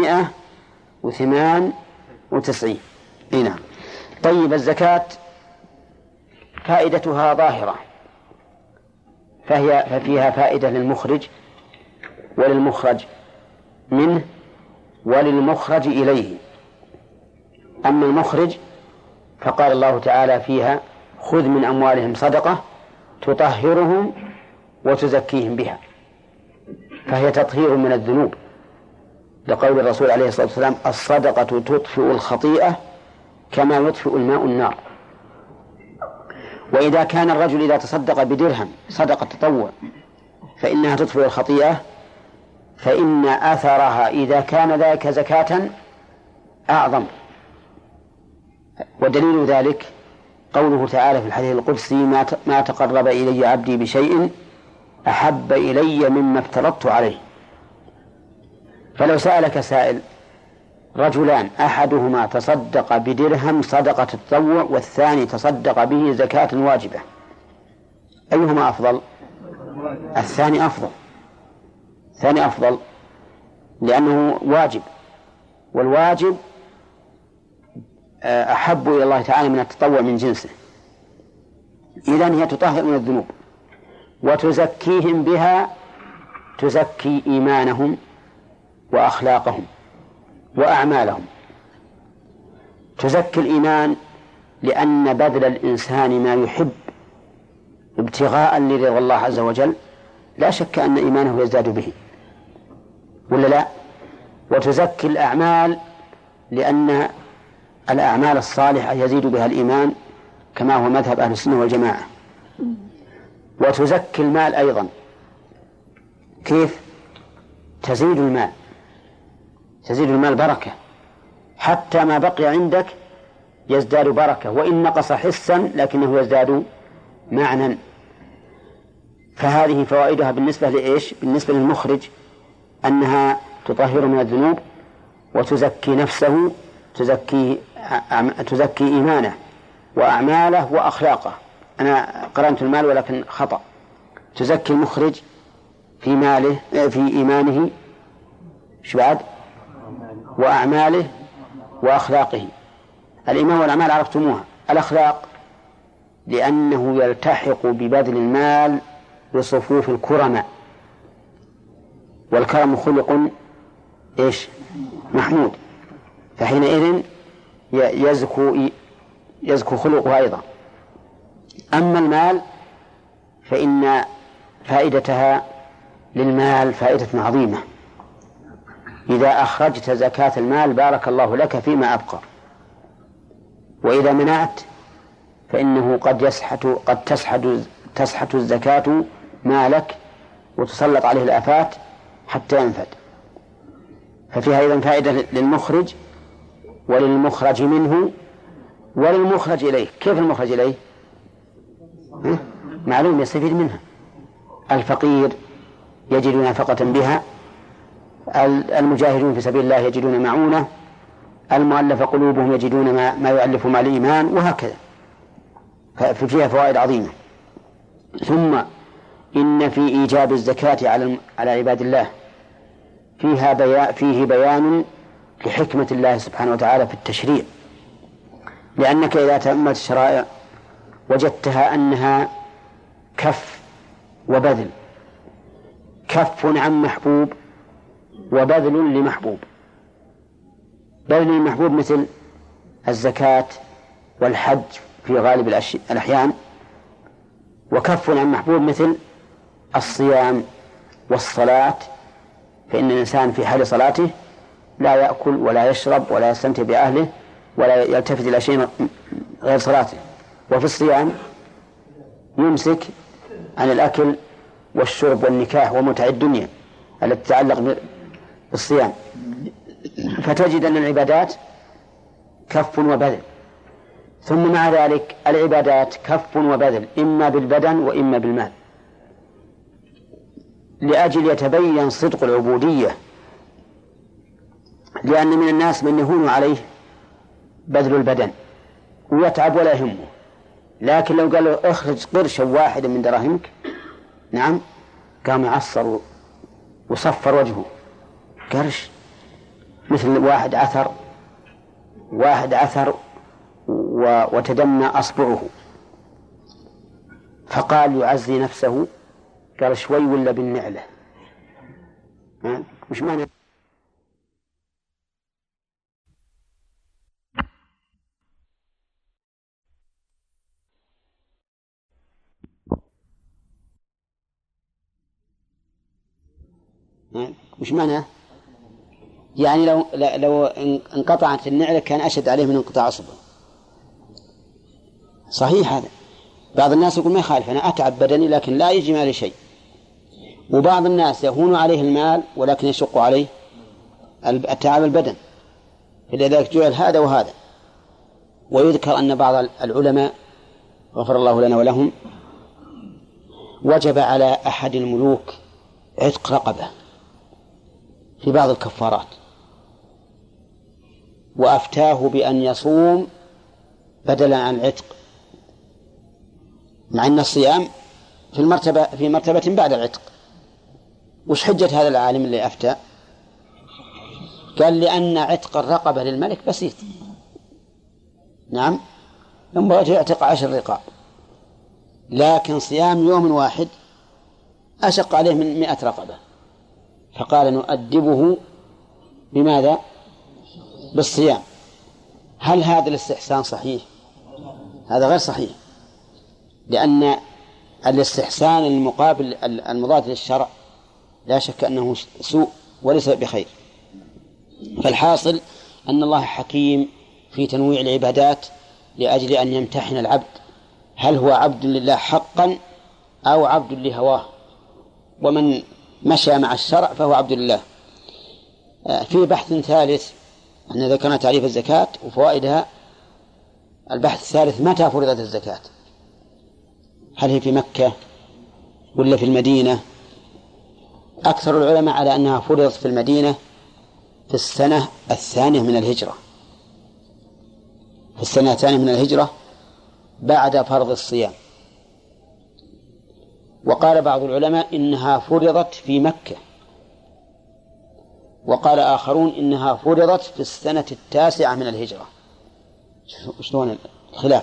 198. نعم. طيب، الزكاة فائدتها ظاهرة، ففيها فائدة للمخرج وللمخرج منه وللمخرج إليه. أما المخرج فقال الله تعالى فيها: خذ من أموالهم صدقة تطهرهم وتزكيهم بها، فهي تطهير من الذنوب، لقول الرسول عليه الصلاة والسلام: الصدقة تطفئ الخطيئة كما يطفئ الماء النار. وإذا كان الرجل إذا تصدق بدرهم صدقة تطوع فإنها تطفئ الخطيئة، فإن أثرها إذا كان ذلك زكاة أعظم. ودليل ذلك قوله تعالى في الحديث القدسي: ما تقرب إلي عبدي بشيء أحب إلي مما افترضت عليه. فلو سألك سائل: رجلان أحدهما تصدق بدرهم صدقة التطوع والثاني تصدق به زكاة واجبة، أيهما أفضل؟ الثاني أفضل. الثاني أفضل لأنه واجب، والواجب أحب إلى الله تعالى من التطوع من جنسه. إذن هي تطهر من الذنوب وتزكيهم بها، تزكي إيمانهم وأخلاقهم وأعمالهم. تزكي الإيمان لأن بذل الإنسان ما يحب ابتغاء لرضا الله عز وجل لا شك أن إيمانه يزداد به، ولا لا؟ وتزكي الأعمال لأن الأعمال الصالحة يزيد بها الإيمان كما هو مذهب أهل السنة والجماعة. وتزكي المال أيضا. كيف؟ تزيد المال، تزيد المال بركة، حتى ما بقي عندك يزداد بركة، وإن نقص حسا لكنه يزداد معنى. فهذه فوائدها بالنسبة لإيش؟ بالنسبة للمخرج أنها تطهر من الذنوب وتزكي نفسه، تزكي إيمانه وأعماله وأخلاقه. أنا قرأت المال ولكن خطأ. تزكي المخرج في ماله، في إيمانه، شو بعد؟ وأعماله وأخلاقه. الإيمان والأعمال عرفتموها. الأخلاق لأنه يلتحق ببذل المال بصفوف الكرماء، والكرم خلق إيش؟ محمود، فحينئذ يزكو خلقه أيضا. أما المال فإن فائدتها للمال فائدة عظيمة. إذا أخرجت زكاة المال بارك الله لك فيما أبقى، وإذا منعت فإنه قد تسحت الزكاة مالك وتسلط عليه الآفات حتى ينفد. ففيها أيضا فائدة للمخرج وللمخرج منه وللمخرج إليه. كيف المخرج إليه؟ معلوم يستفيد منها. الفقير يجد نفقة بها، المجاهدون في سبيل الله يجدون معونة، المؤلف قلوبهم يجدون ما يؤلف مع الإيمان، وهكذا. ففيها فوائد عظيمة. ثم إن في إيجاب الزكاة على عباد الله فيه بيان لحكمة الله سبحانه وتعالى في التشريع، لأنك إذا تأملت الشرائع وجدتها أنها كف وبذل، كف عن محبوب وبذل لمحبوب. بذل المحبوب مثل الزكاة والحج في غالب الأحيان، وكف عن محبوب مثل الصيام والصلاة، فإن الإنسان في حال صلاته لا يأكل ولا يشرب ولا يستمتع بأهله ولا يلتفت إلى شيء غير صلاته. وفي الصيام يمسك عن الأكل والشرب والنكاح ومتع الدنيا التي تتعلق بالصيام. فتجد أن العبادات كف وبذل، ثم مع ذلك العبادات كف وبذل إما بالبدن وإما بالمال، لأجل يتبين صدق العبودية. لأن من الناس من يهون عليه بذل البدن ويتعب ولا يهمه، لكن لو قال له اخرج قرشا واحدا من دراهمك، نعم، قام يعصر وصفر وجهه. قرش مثل واحد عثر وتدمى أصبعه، فقال يعزي نفسه، قال شوي ولا بالنعلة. مش معنى مش معنى يعني لو انقطعت النعلة كان أشد عليه من انقطاع أصبعه. صحيح هذا. بعض الناس يقول ما يخالف، أنا أتعب بدني لكن لا يجي مالي شيء. وبعض الناس يهون عليه المال ولكن يشق عليه التعب البدن، فلذلك جعل هذا وهذا. ويذكر أن بعض العلماء غفر الله لنا ولهم وجب على أحد الملوك عتق رقبة في بعض الكفارات، وأفتاه بأن يصوم بدلا عن العتق، مع أن الصيام في مرتبة بعد العتق. وش حجة هذا العالم اللي أفتى؟ قال لأن عتق الرقبة للملك بسيط، نعم، ينبغي يعتق 10 رقاب، لكن صيام يوم واحد أشق عليه من 100 رقبة. فقال نؤدبه بماذا؟ بالصيام. هل هذا الاستحسان صحيح؟ هذا غير صحيح، لأن الاستحسان المقابل المضاد للشرع لا شك أنه سوء وليس بخير. فالحاصل أن الله حكيم في تنويع العبادات لأجل أن يمتحن العبد هل هو عبد لله حقا أو عبد لهواه، ومن مشى مع الشرع فهو عبد لله. في بحث ثالث، أن ذكرنا تعريف الزكاة وفوائدها. البحث الثالث متى فرضت الزكاة؟ هل هي في مكة ولا في المدينة؟ أكثر العلماء على أنها فرضت في المدينة في السنة 2 من الهجرة، في السنة 2 من الهجرة بعد فرض الصيام. وقال بعض العلماء إنها فرضت في مكة، وقال آخرون إنها فرضت في السنة 9 من الهجرة. شلون الخلاف؟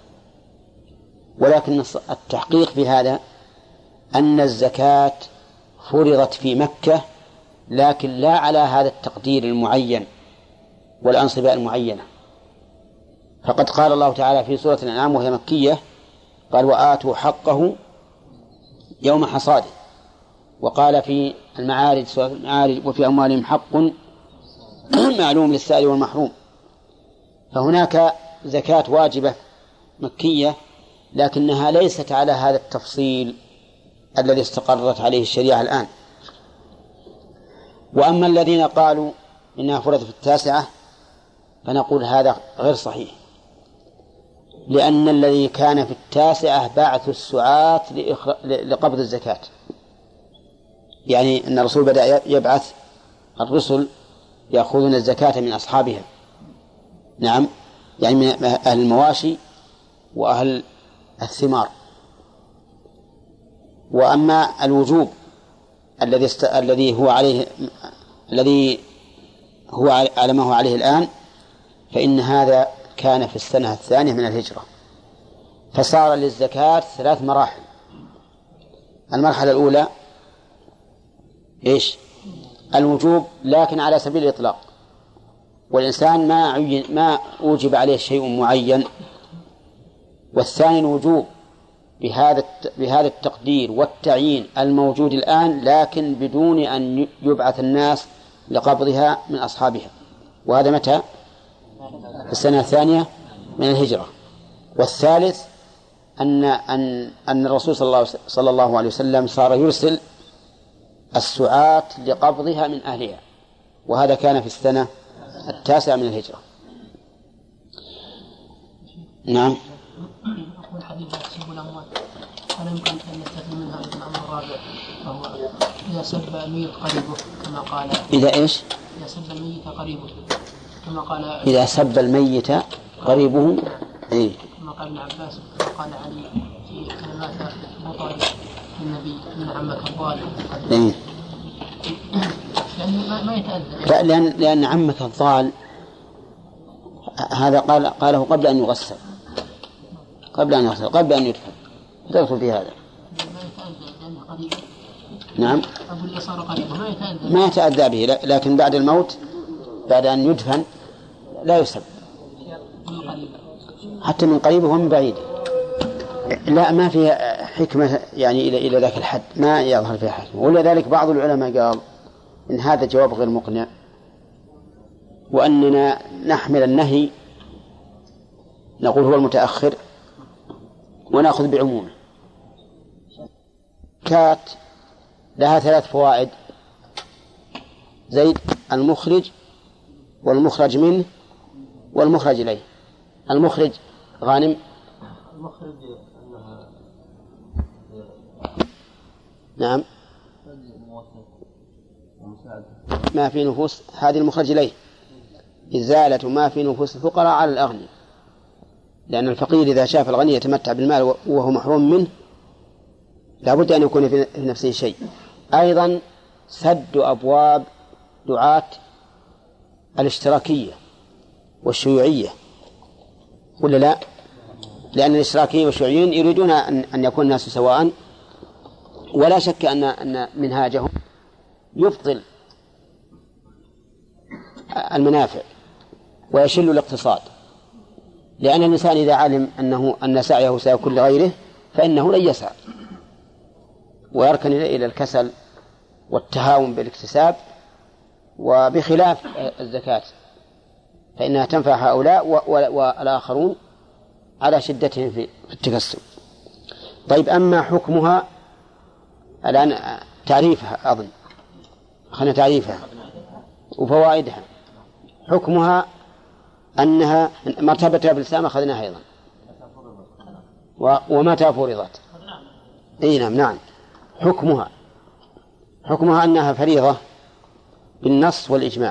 ولكن التحقيق في هذا أن الزكاة فرضت في مكة، لكن لا على هذا التقدير المعين والأنصبة المعينة. فقد قال الله تعالى في سورة الأنعام وهي مكية، قال وآتوا حقه يوم حصاده. وقال في المعارج سورة المعارج وفي أموالهم حق معلوم للسائل والمحروم. فهناك زكاة واجبة مكية، لكنها ليست على هذا التفصيل الذي استقرت عليه الشريعة الآن. وأما الذين قالوا إنها فرضت في 9 فنقول هذا غير صحيح، لأن الذي كان في 9 بعث السعاة لقبض الزكاة. يعني أن الرسول بدأ يبعث الرسل يأخذون الزكاة من أصحابها، نعم، يعني من أهل المواشي وأهل الثمار. وأما الوجوب الذي هو على ما هو عليه الآن، فإن هذا كان في السنة 2 من الهجرة. فصار للزكاة 3 مراحل. المرحلة الأولى إيش؟ الوجوب، لكن على سبيل الإطلاق، والإنسان ما أوجب عليه شيء معين. والثاني الوجوب بهذا التقدير والتعيين الموجود الآن، لكن بدون أن يبعث الناس لقبضها من أصحابها. وهذا متى؟ في السنة 2 من الهجرة. والثالث أن الرسول صلى الله عليه وسلم صار يرسل السعاة لقبضها من أهلها، وهذا كان في السنة 9 من الهجرة. نعم. أقول حديث تسب الأموال هل يمكن أن نستثني منها الأمر الرابع وهو إذا سب الميت قريبه كما قال إذا إيش؟ إذا سب الميت قريبه كما قال إذا سب الميت قريبه إيه؟ كما قال ابن عباس كما قال علي في كلمات أبو طالب النبي من عمك الضال إيه؟ لأنه ما يتأذى لأن عمك الضال هذا قاله قبل أن يغسل، قبل أن يدفن، تدخل في هذا. ما يتأذى لأنه قريب. نعم. أبو اللي صار قريبه ما يتأذى به، لكن بعد الموت بعد أن يدفن لا يسب حتى من قريبه ومن بعيده. لا، ما فيها حكمة يعني إلى ذاك الحد، ما يظهر فيها حكمة. ولذلك بعض العلماء قال إن هذا جواب غير مقنع، وأننا نحمل النهي نقول هو المتأخر ونأخذ بعمومه. كات لها 3 فوائد: زيد المخرج والمخرج منه والمخرج إليه. المخرج غانم. المخرج نعم. ما في نفوس، هذه المخرج إليه إزالة ما في نفوس الفقراء على الأغنياء، لأن الفقير إذا شاف الغني يتمتع بالمال وهو محروم منه لا بد أن يكون في نفسه شيء. أيضا سد أبواب دعاة الاشتراكية والشيوعية، ولا لا؟ لأن الاشتراكيين والشيوعيين يريدون أن يكون الناس سواء، ولا شك أن منهاجهم يبطل المنافع ويشل الاقتصاد، لأن الإنسان إذا علم أن سعيه سيكون لغيره فإنه لن يسعى ويركن إلى الكسل والتهاون بالاكتساب، وبخلاف الزكاة فإنها تنفع هؤلاء والآخرون على شدتهم في التكسب. طيب، أما حكمها الآن تعريفها، أظن خلنا تعريفها وفوائدها. حكمها أنها مرتبتها بالإسلام أخذناها أيضا، ومتى فرضت. أي نعم. حكمها أنها فريضة بالنص والإجماع.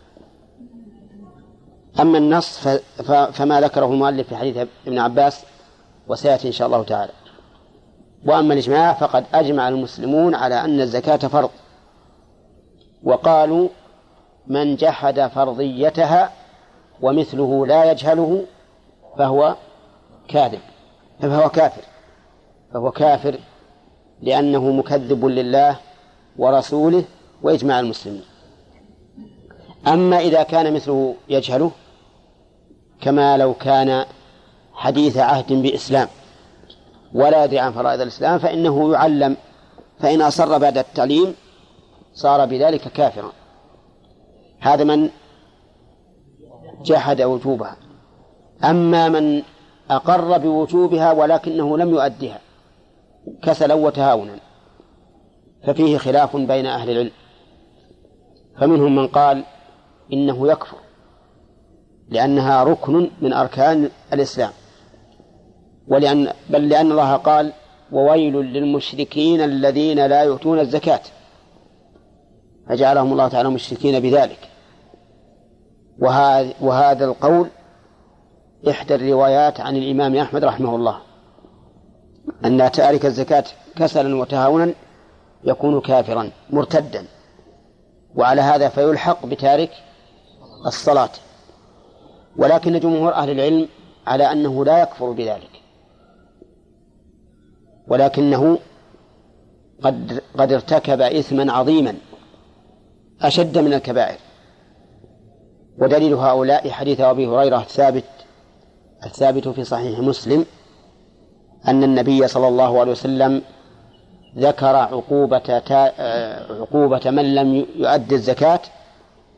أما النص فما ذكره المؤلف في حديث ابن عباس وسيأتي إن شاء الله تعالى. وأما الإجماع فقد أجمع المسلمون على أن الزكاة فرض، وقالوا من جحد فرضيتها ومثله لا يجهله فهو كاذب، فهو كافر لأنه مكذب لله ورسوله وإجماع المسلمين. أما إذا كان مثله يجهله كما لو كان حديث عهد بإسلام ولا يدري عن فرائض الإسلام فإنه يعلم، فإن أصر بعد التعليم صار بذلك كافرا. هذا من جحد وجوبها. أما من أقر بوجوبها ولكنه لم يؤدها كسلا وتهاونا ففيه خلاف بين أهل العلم، فمنهم من قال إنه يكفر لأنها ركن من أركان الإسلام، بل لأن الله قال وويل للمشركين الذين لا يؤتون الزكاة، فجعلهم الله تعالى مشركين بذلك. وهذا القول إحدى الروايات عن الإمام أحمد رحمه الله أن تارك الزكاة كسلا وتهاونا يكون كافرا مرتدا، وعلى هذا فيلحق بتارك الصلاة. ولكن جمهور أهل العلم على أنه لا يكفر بذلك، ولكنه قد ارتكب إثما عظيما أشد من الكبائر. ودليل هؤلاء حديث أبي هريرة الثابت في صحيح مسلم أن النبي صلى الله عليه وسلم ذكر عقوبة من لم يؤدي الزكاة،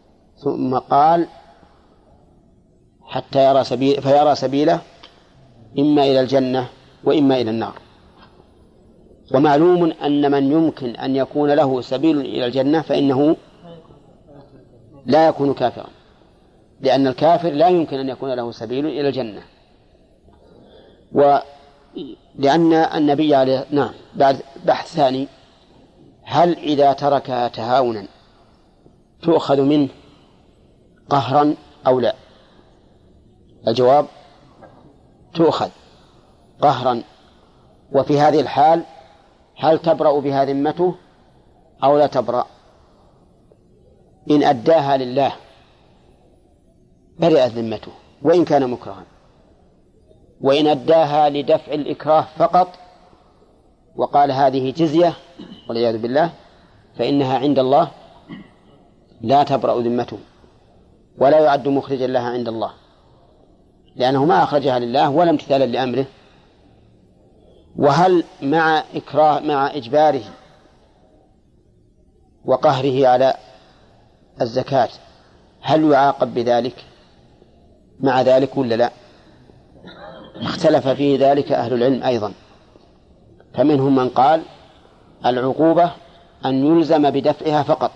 ثم قال حتى فيرى سبيله إما إلى الجنة وإما إلى النار. ومعلوم أن من يمكن أن يكون له سبيل إلى الجنة فإنه لا يكون كافرا، لأن الكافر لا يمكن أن يكون له سبيل إلى الجنة. ولأن النبي عليه بعد بحث ثاني: هل إذا تركها تهاونا تؤخذ منه قهرا أو لا؟ الجواب: تؤخذ قهرا. وفي هذه الحال هل تبرأ بها ذمته أو لا تبرأ؟ إن أداها لله برئت ذمته وإن كان مكرها، وإن أداها لدفع الإكراه فقط وقال هذه جزية والعياذ بالله فإنها عند الله لا تبرأ ذمته ولا يعد مخرجا لها عند الله، لأنه ما أخرجها لله ولا امتثالا لأمره. وهل مع إجباره وقهره على الزكاة هل يعاقب بذلك مع ذلك ولا لا؟ اختلف فيه ذلك أهل العلم أيضا، فمنهم من قال العقوبة أن يلزم بدفعها فقط،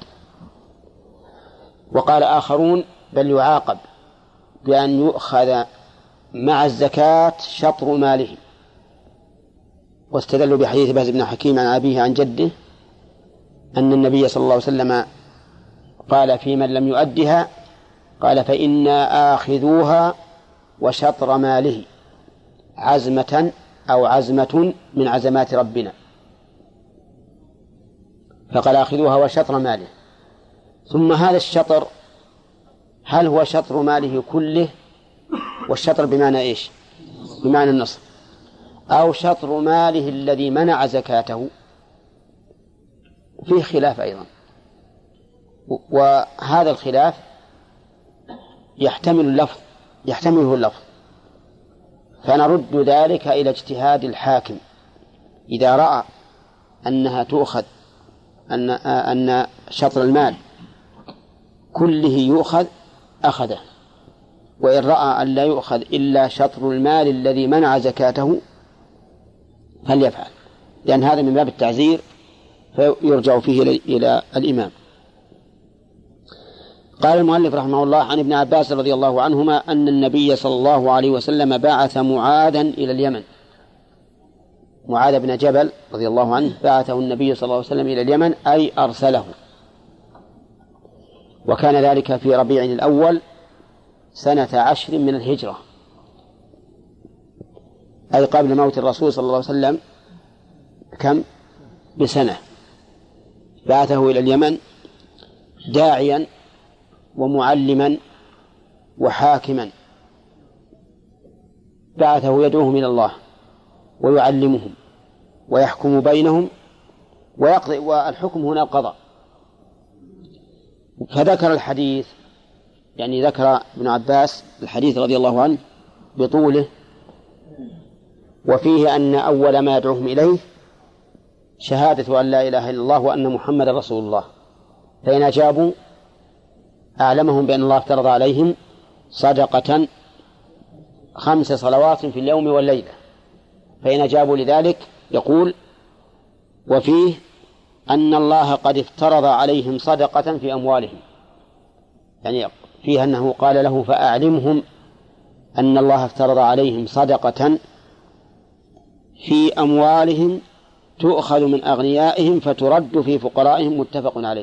وقال آخرون بل يعاقب بأن يؤخذ مع الزكاة شطر ماله. واستدلوا بحديث باز بن حكيم عن أبيه عن جده أن النبي صلى الله عليه وسلم قال في من لم يؤدها قال: فإنا آخذوها وشطر ماله عزمة أو عزمة من عزمات ربنا. فقال آخذوها وشطر ماله. ثم هذا الشطر هل هو شطر ماله كله، والشطر بمعنى إيش؟ بمعنى النصف، أو شطر ماله الذي منع زكاته؟ فيه خلاف أيضا، وهذا الخلاف يحتمله اللفظ، فنرد ذلك إلى اجتهاد الحاكم إذا رأى أنها تؤخذ أن شطر المال كله يؤخذ أخذه، وإن رأى أن لا يؤخذ إلا شطر المال الذي منع زكاته فليفعل، لأن هذا من باب التعزير فيرجع فيه إلى الإمام. قال المؤلف رحمه الله: عن ابن عباس رضي الله عنهما أن النبي صلى الله عليه وسلم بعث معاذا إلى اليمن. معاذ بن جبل رضي الله عنه بعثه النبي صلى الله عليه وسلم إلى اليمن، أي أرسله، وكان ذلك في ربيع الأول سنة 10 من الهجرة، أي قبل موت الرسول صلى الله عليه وسلم كم بسنة. بعثه إلى اليمن داعيا ومعلما وحاكما، بعثه يدعوهم إلى الله ويعلمهم ويحكم بينهم ويقضي، والحكم هنا القضاء. فذكر الحديث، يعني ذكر ابن عباس الحديث رضي الله عنه بطوله، وفيه أن أول ما يدعوهم إليه شهادة أن لا إله إلا الله وأن محمد رسول الله، فإن أجابوا أعلمهم بأن الله افترض عليهم صدقة 5 صلوات في اليوم والليلة، فإن أجابوا لذلك يقول: وفيه أن الله قد افترض عليهم صدقة في أموالهم، يعني فيه أنه قال له: فأعلمهم أن الله افترض عليهم صدقة في أموالهم تؤخذ من أغنيائهم فترد في فقرائهم، متفق عليه.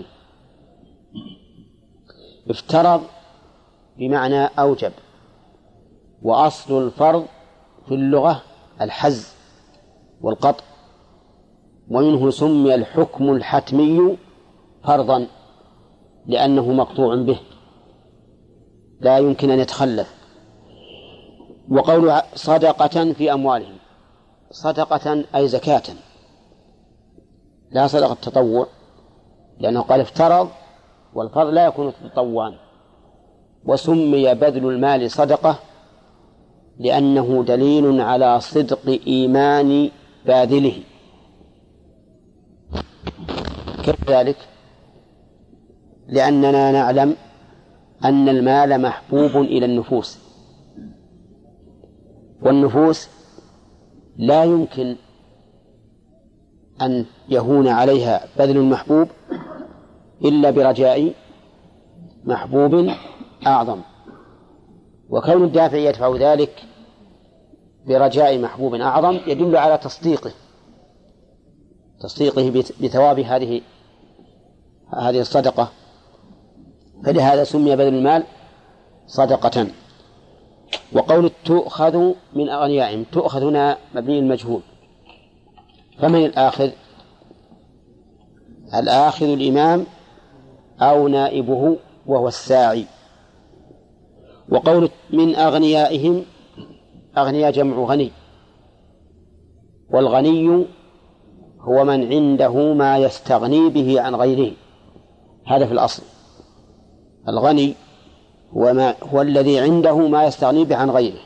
افترض بمعنى أوجب، وأصل الفرض في اللغة الحز والقطع، ومنه سمي الحكم الحتمي فرضا لأنه مقطوع به لا يمكن أن يتخلف. وقول صدقة في أموالهم، صدقة أي زكاة، لا صدقة تطوع، لأنه قال افترض، والفرض لا يكون تطوعا. وسمي بذل المال صدقة لأنه دليل على صدق إيمان باذله. كيف ذلك؟ لأننا نعلم أن المال محبوب إلى النفوس، والنفوس لا يمكن أن يهون عليها بذل المحبوب إلا برجاء محبوب أعظم، وكون الدافع يدفع ذلك برجاء محبوب أعظم يدل على تصديقه بثواب هذه الصدقة، فلهذا سمي بذل المال صدقة. وقول تؤخذ من أغنيائهم، تؤخذ هنا مبني المجهول، فمن الآخذ؟ الآخذ الإمام أو نائبه وهو الساعي. وقول من أغنيائهم، أغنياء جمع غني، والغني هو من عنده ما يستغني به عن غيره، هذا في الأصل. الغني هو الذي عنده ما يستغني به عن غيره،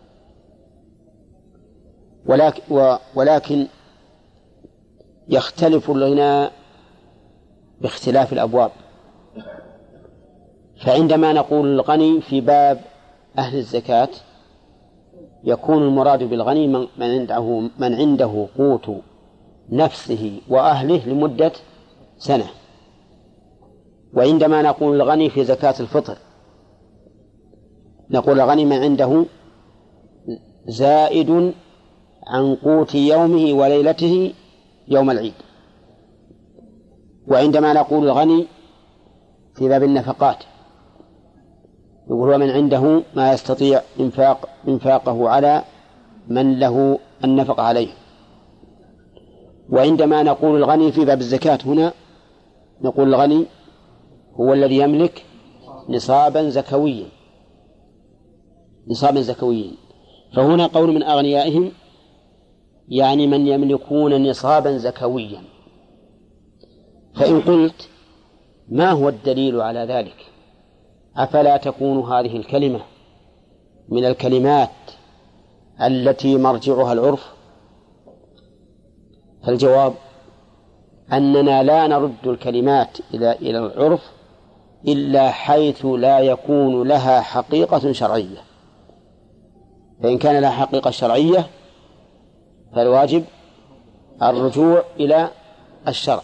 ولكن يختلف الغنى باختلاف الأبواب. فعندما نقول الغني في باب أهل الزكاة يكون المراد بالغني من عنده قوت نفسه وأهله لمدة سنة. وعندما نقول الغني في زكاة الفطر نقول الغني من عنده زائد عن قوت يومه وليلته يوم العيد. وعندما نقول الغني في باب النفقات يقول هو من عنده ما يستطيع إنفاقه على من له النفقة عليه. وعندما نقول الغني في باب الزكاة هنا نقول الغني هو الذي يملك نصابا زكويا. فهنا قول من أغنيائهم يعني من يملكون نصابا زكويا. فإن قلت ما هو الدليل على ذلك؟ أفلا تكون هذه الكلمة من الكلمات التي مرجعها العرف؟ فالجواب أننا لا نرد الكلمات إلى العرف إلا حيث لا يكون لها حقيقة شرعية. فإن كان لها حقيقة شرعية فالواجب الرجوع إلى الشرع،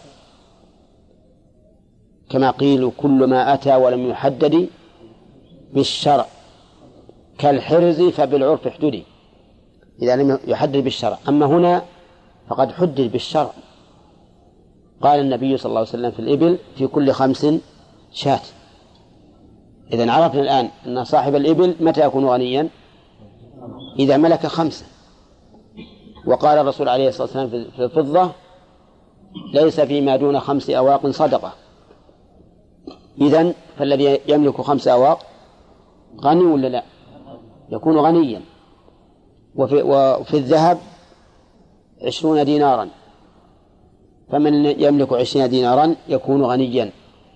كما قيل كل ما أتى ولم يحدد بالشرع كالحرز فبالعرف احددي، إذا لم يحدد بالشرع. أما هنا فقد حدد بالشرع. قال النبي صلى الله عليه وسلم في الإبل في كل 5 شاة. إذن عرفنا الآن أن صاحب الإبل متى يكون غنيا؟ إذا ملك 5. وقال الرسول عليه الصلاة والسلام في الفضة ليس فيما دون 5 أواق صدقة. إذن فالذي يملك 5 أواق غني ولا لا؟ يكون غنيا. وفي الذهب 20 دينارا، فمن يملك 20 دينارا يكون غنيا.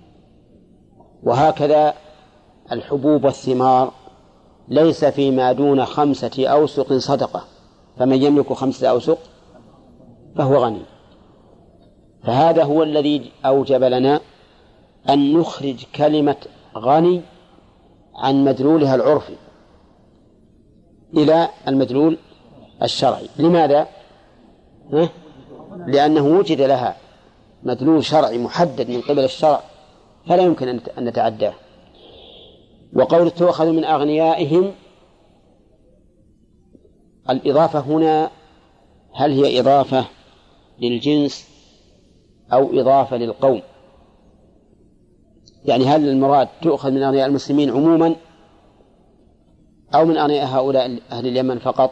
وهكذا الحبوب والثمار ليس فيما دون 5 أوسق صدقة، فمن يملك 5 أوسق فهو غني. فهذا هو الذي أوجب لنا أن نخرج كلمة غني عن مدلولها العرفي إلى المدلول الشرعي. لماذا؟ لأنه وجد لها مدلول شرعي محدد من قبل الشرع فلا يمكن أن نتعداه. وقول تؤخذ من أغنيائهم، الإضافة هنا هل هي إضافة للجنس أو إضافة للقوم؟ يعني هل المراد تؤخذ من أغنياء المسلمين عموما أو من أغنياء هؤلاء أهل اليمن فقط؟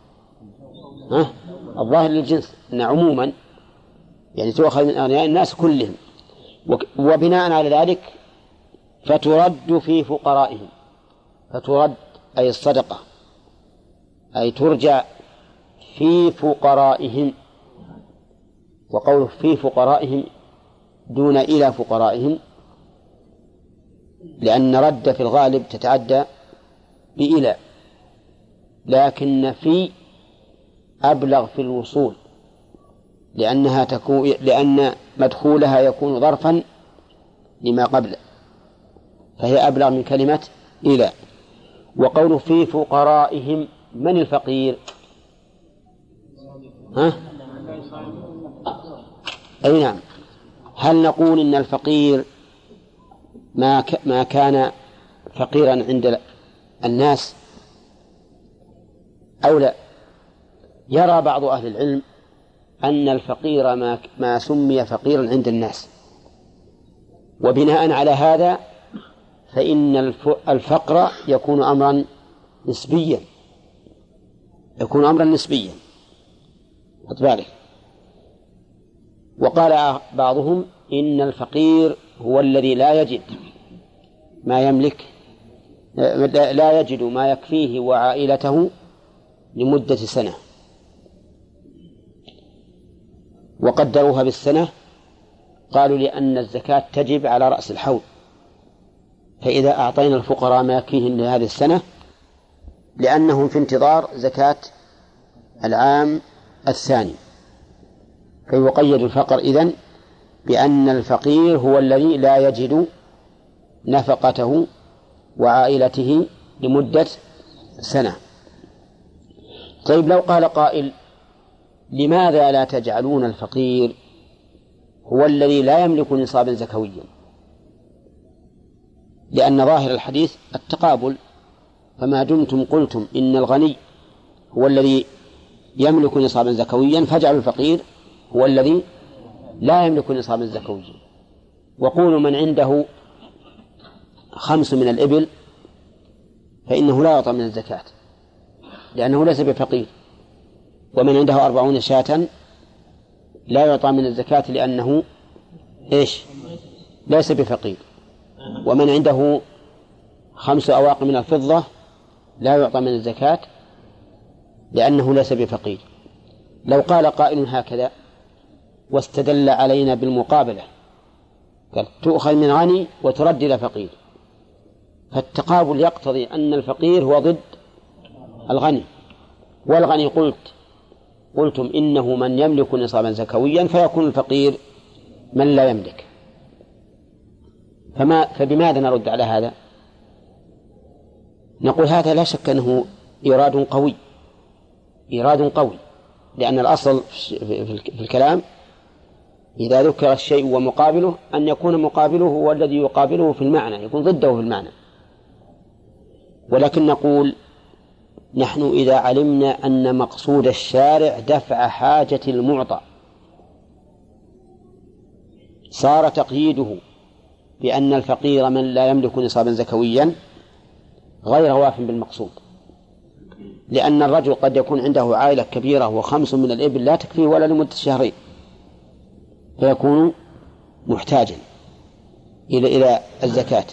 الظاهر للجنس أن عموما يعني تؤخذ من أغنياء الناس كلهم. وبناء على ذلك فترد في فقرائهم. فترد أي الصدقة، أي ترجع في فقرائهم. وقوله في فقرائهم دون إلى فقرائهم، لأن رد في الغالب تتعدى بإلى، لكن في أبلغ في الوصول لأن مدخولها يكون ظرفا لما قبله، فهي أبلغ من كلمة إلى. وقول في فقرائهم، من الفقير؟ أي نعم. هل نقول إن الفقير ما كان فقيرا عند الناس أو لا؟ يرى بعض أهل العلم أن الفقير ما سمي فقيرا عند الناس، وبناء على هذا فإن الفقر يكون أمرا نسبيا، يكون أمرا نسبيا. أتبالي. وقال بعضهم إن الفقير هو الذي لا يجد ما يملك، لا يجد ما يكفيه وعائلته لمدة سنة، وقدروها بالسنة. قالوا لأن الزكاة تجب على رأس الحول، فإذا أعطينا الفقراء ما يكفيهم لهذه السنة لأنهم في انتظار زكاة العام الثاني، فيقيد الفقر إذن بأن الفقير هو الذي لا يجد نفقته وعائلته لمدة سنة. طيب، لو قال قائل لماذا لا تجعلون الفقير هو الذي لا يملك نصابا زكويا؟ لأن ظاهر الحديث التقابل، فما دمتم قلتم إن الغني هو الذي يملك نصابا زكويا فاجعلوا الفقير هو الذي لا يملك نصابا زكويا. وقولوا من عنده 5 من الإبل فإنه لا يعطى من الزكاة لأنه ليس بفقير، ومن عنده 40 شاة لا يعطى من الزكاة لأنه ليس بفقير، ومن عنده 5 أواق من الفضة لا يعطى من الزكاة لأنه ليس بفقير. لو قال قائل هكذا واستدل علينا بالمقابلة، قال تؤخذ من غني وترد إلى فقير، فالتقابل يقتضي أن الفقير هو ضد الغني، والغني قلتم إنه من يملك نصابا زكويا فيكون الفقير من لا يملك. فبماذا نرد على هذا؟ نقول هذا لا شك أنه إيراد قوي، لأن الأصل في الكلام إذا ذكر الشيء ومقابله أن يكون مقابله هو الذي يقابله في المعنى، يكون ضده في المعنى. ولكن نقول نحن إذا علمنا أن مقصود الشارع دفع حاجة المعطى صار تقييده بأن الفقير من لا يملك نصابا زكويا غير واف بالمقصود، لأن الرجل قد يكون عنده عائلة كبيرة و5 من الإبل لا تكفيه ولا لمدة 2 شهر فيكون محتاجا إلى الزكاة.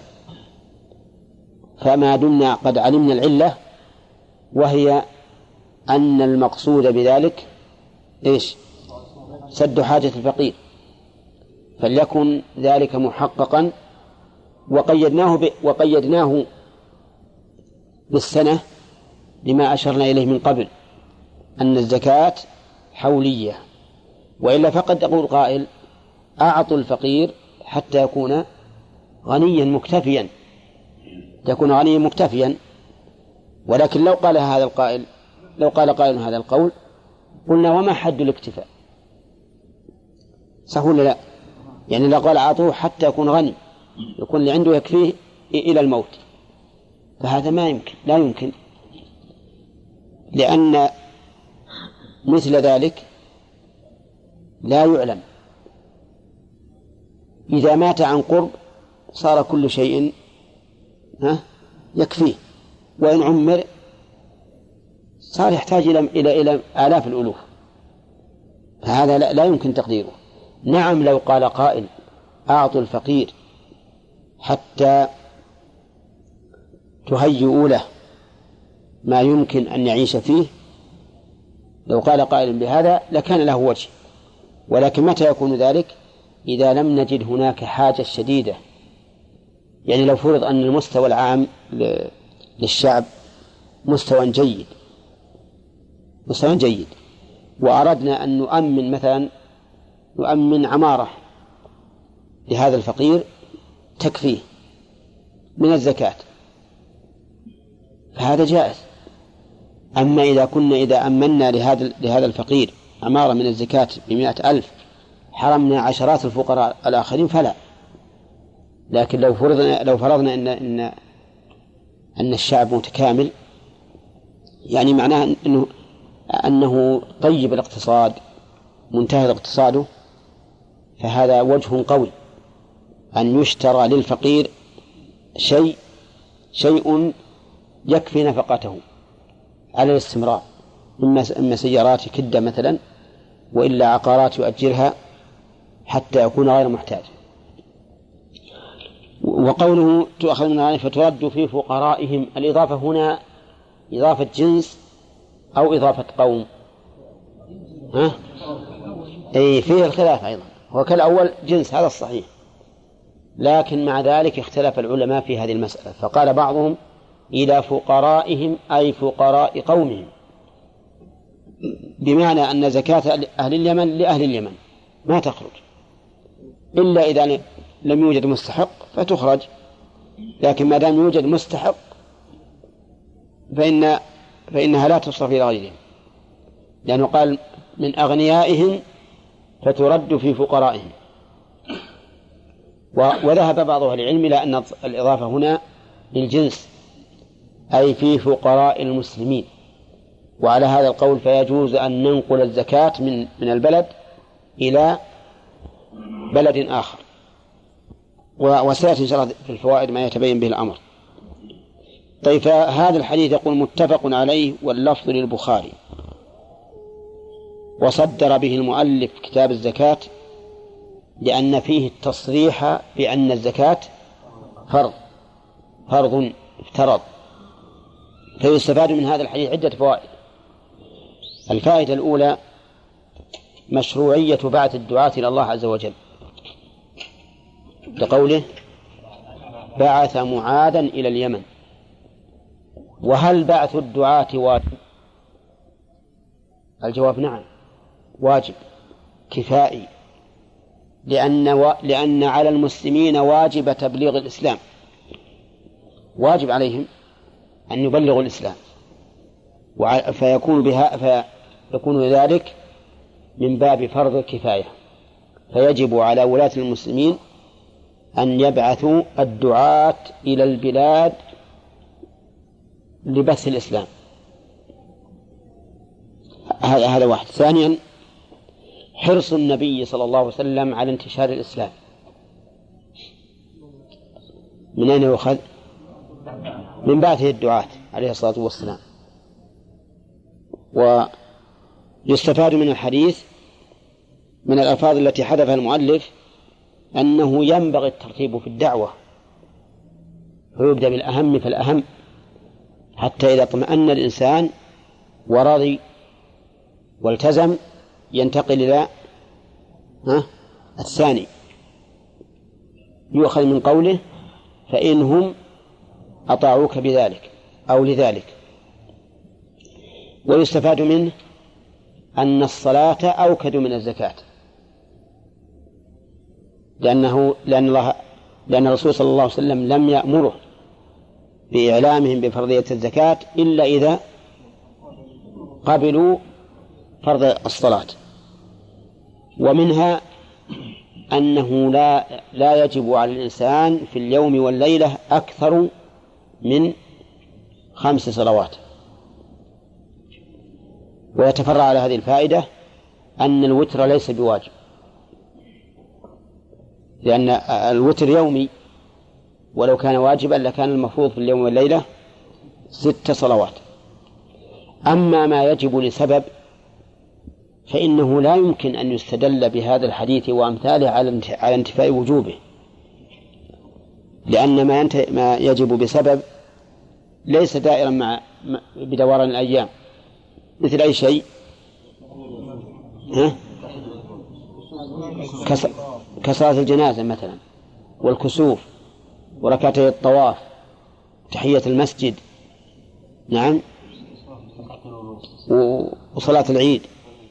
فما دمنا قد علمنا العلة وهي أن المقصود بذلك سد حاجة الفقير، فليكن ذلك محققا، وقيدناه بالسنة لما أشرنا إليه من قبل أن الزكاة حولية. وإلا فقد تقول قائل أعطوا الفقير حتى يكون غنيا مكتفيا، ولكن لو قال قائل هذا القول قلنا وما حد الاكتفاء؟ صح ولا لا؟ يعني لو قال أعطوه حتى يكون غني، يكون اللي عنده يكفيه إلى الموت، فهذا لا يمكن، لأن مثل ذلك لا يعلم. إذا مات عن قرب صار كل شيء يكفيه، وإن عمر صار يحتاج إلى آلاف الألوف، فهذا لا يمكن تقديره. نعم، لو قال قائل أعطوا الفقير حتى تهيئوا له ما يمكن أن يعيش فيه، لو قال قائل بهذا لكان له وجه. ولكن متى يكون ذلك؟ إذا لم نجد هناك حاجة شديدة. يعني لو فرض أن المستوى العام للشعب مستوى جيد وأردنا أن نؤمن عمارة لهذا الفقير تكفيه من الزكاة، فهذا جائز. أما إذا أمنا لهذا الفقير عمارة من الزكاة ب100,000 حرمنا عشرات الفقراء الآخرين فلا. لكن لو فرضنا أن الشعب متكامل، يعني معناه أنه طيب الاقتصاد منتهى اقتصاده، فهذا وجه قوي أن يشترى للفقير شيء يكفي نفقته على الاستمرار، إما سيارات كدة مثلا، وإلا عقارات يؤجرها حتى يكون غير محتاج. وقوله تؤخذ من الغنائم فترد في فقرائهم، الإضافة هنا إضافة جنس أو إضافة قوم؟ أي فيه الخلاف أيضا، هو كالأول جنس هذا الصحيح، لكن مع ذلك اختلف العلماء في هذه المسألة، فقال بعضهم إلى فقرائهم أي فقراء قومهم، بمعنى أن زكاة أهل اليمن لأهل اليمن ما تخرج إلا إذا لم يوجد مستحق فتخرج، لكن ما دام يوجد مستحق فإنها لا تصرف إلى غيرهم، لأنه قال من أغنيائهم فترد في فقرائهم. وذهب بعض أهل العلم إلى أن الإضافة هنا للجنس أي في فقراء المسلمين، وعلى هذا القول فيجوز أن ننقل الزكاة من البلد إلى بلد آخر، وسيأتي إن شاء الله في الفوائد ما يتبين به الأمر. طيب، فهذا الحديث يقول متفق عليه واللفظ للبخاري، وصدر به المؤلف كتاب الزكاة لأن فيه التصريح بأن الزكاة فرض افترض. فيستفاد من هذا الحديث عدة فوائد. الفائدة الأولى مشروعية بعث الدعاة إلى الله عز وجل، لقوله بعث معاذا إلى اليمن. وهل بعث الدعاة واجب؟ الجواب نعم واجب كفائي، لأن على المسلمين واجب تبليغ الإسلام، واجب عليهم أن يبلغوا الإسلام، فيكون ذلك من باب فرض الكفاية، فيجب على ولاة المسلمين أن يبعثوا الدعاة إلى البلاد لبث الإسلام. هذا واحد. ثانيا حرص النبي صلى الله عليه وسلم على انتشار الإسلام. من أين يؤخذ؟ من بعثه الدعاة عليه الصلاة والسلام. ويستفاد من الحديث من الألفاظ التي حذفها المؤلف أنه ينبغي الترتيب في الدعوة، فيبدأ بالأهم فالأهم، حتى إذا اطمأن الإنسان ورضي والتزم ينتقل إلى الثاني. يؤخذ من قوله فإنهم أطاعوك بذلك أو لذلك. ويستفاد منه أن الصلاة أوكد من الزكاة، لأن الرسول صلى الله عليه وسلم لم يأمره بإعلامهم بفرضية الزكاة إلا إذا قبلوا فرض الصلاة. ومنها أنه لا يجب على الإنسان في اليوم والليلة أكثر من 5 صلوات. ويتفرع على هذه الفائدة أن الوتر ليس بواجب، لأن الوتر يومي، ولو كان واجبا لكان المفروض في اليوم والليلة 6 صلوات. أما ما يجب لسبب فإنه لا يمكن أن يستدل بهذا الحديث وأمثاله على انتفاء وجوبه، لأن ما يجب بسبب ليس دائرا بدوران الأيام، مثل أي شيء كصلاة الجنازة مثلا، والكسوف، وركعتي الطواف، تحية المسجد، نعم، وصلاة العيد.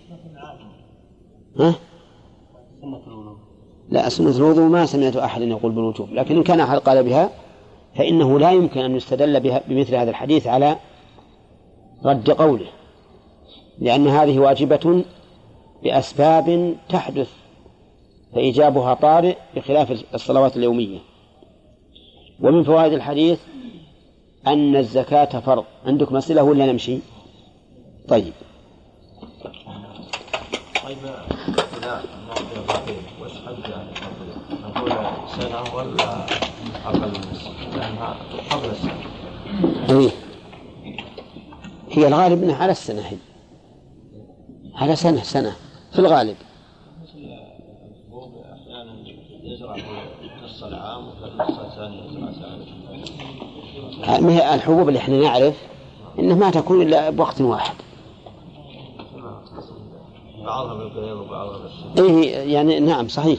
لا، سنة الوضوء ما سمعت أحد يقول بالوجوب، لكن إن كان أحد قال بها فإنه لا يمكن أن يستدل بمثل هذا الحديث على رد قوله، لأن هذه واجبة بأسباب تحدث فإيجابها طارئ بخلاف الصلوات اليومية. ومن فوائد الحديث أن الزكاة فرض. عندكم أسئلة ولا نمشي؟ طيب. إذا نعطي فقير وش حد نقول سنة ولا أقل من السنة؟ لأنها قبل السنة. هي الغالب أنها على السنة، هي على سنة في الغالب. أحيانا يزرع في نص العام وفي النص الثاني يزرع سنة. ما هي الحبوب اللي احنا نعرف إنها ما تكون إلا بوقت واحد. بعضها بالقيض وبعضها بالسنة. إيه يعني نعم صحيح.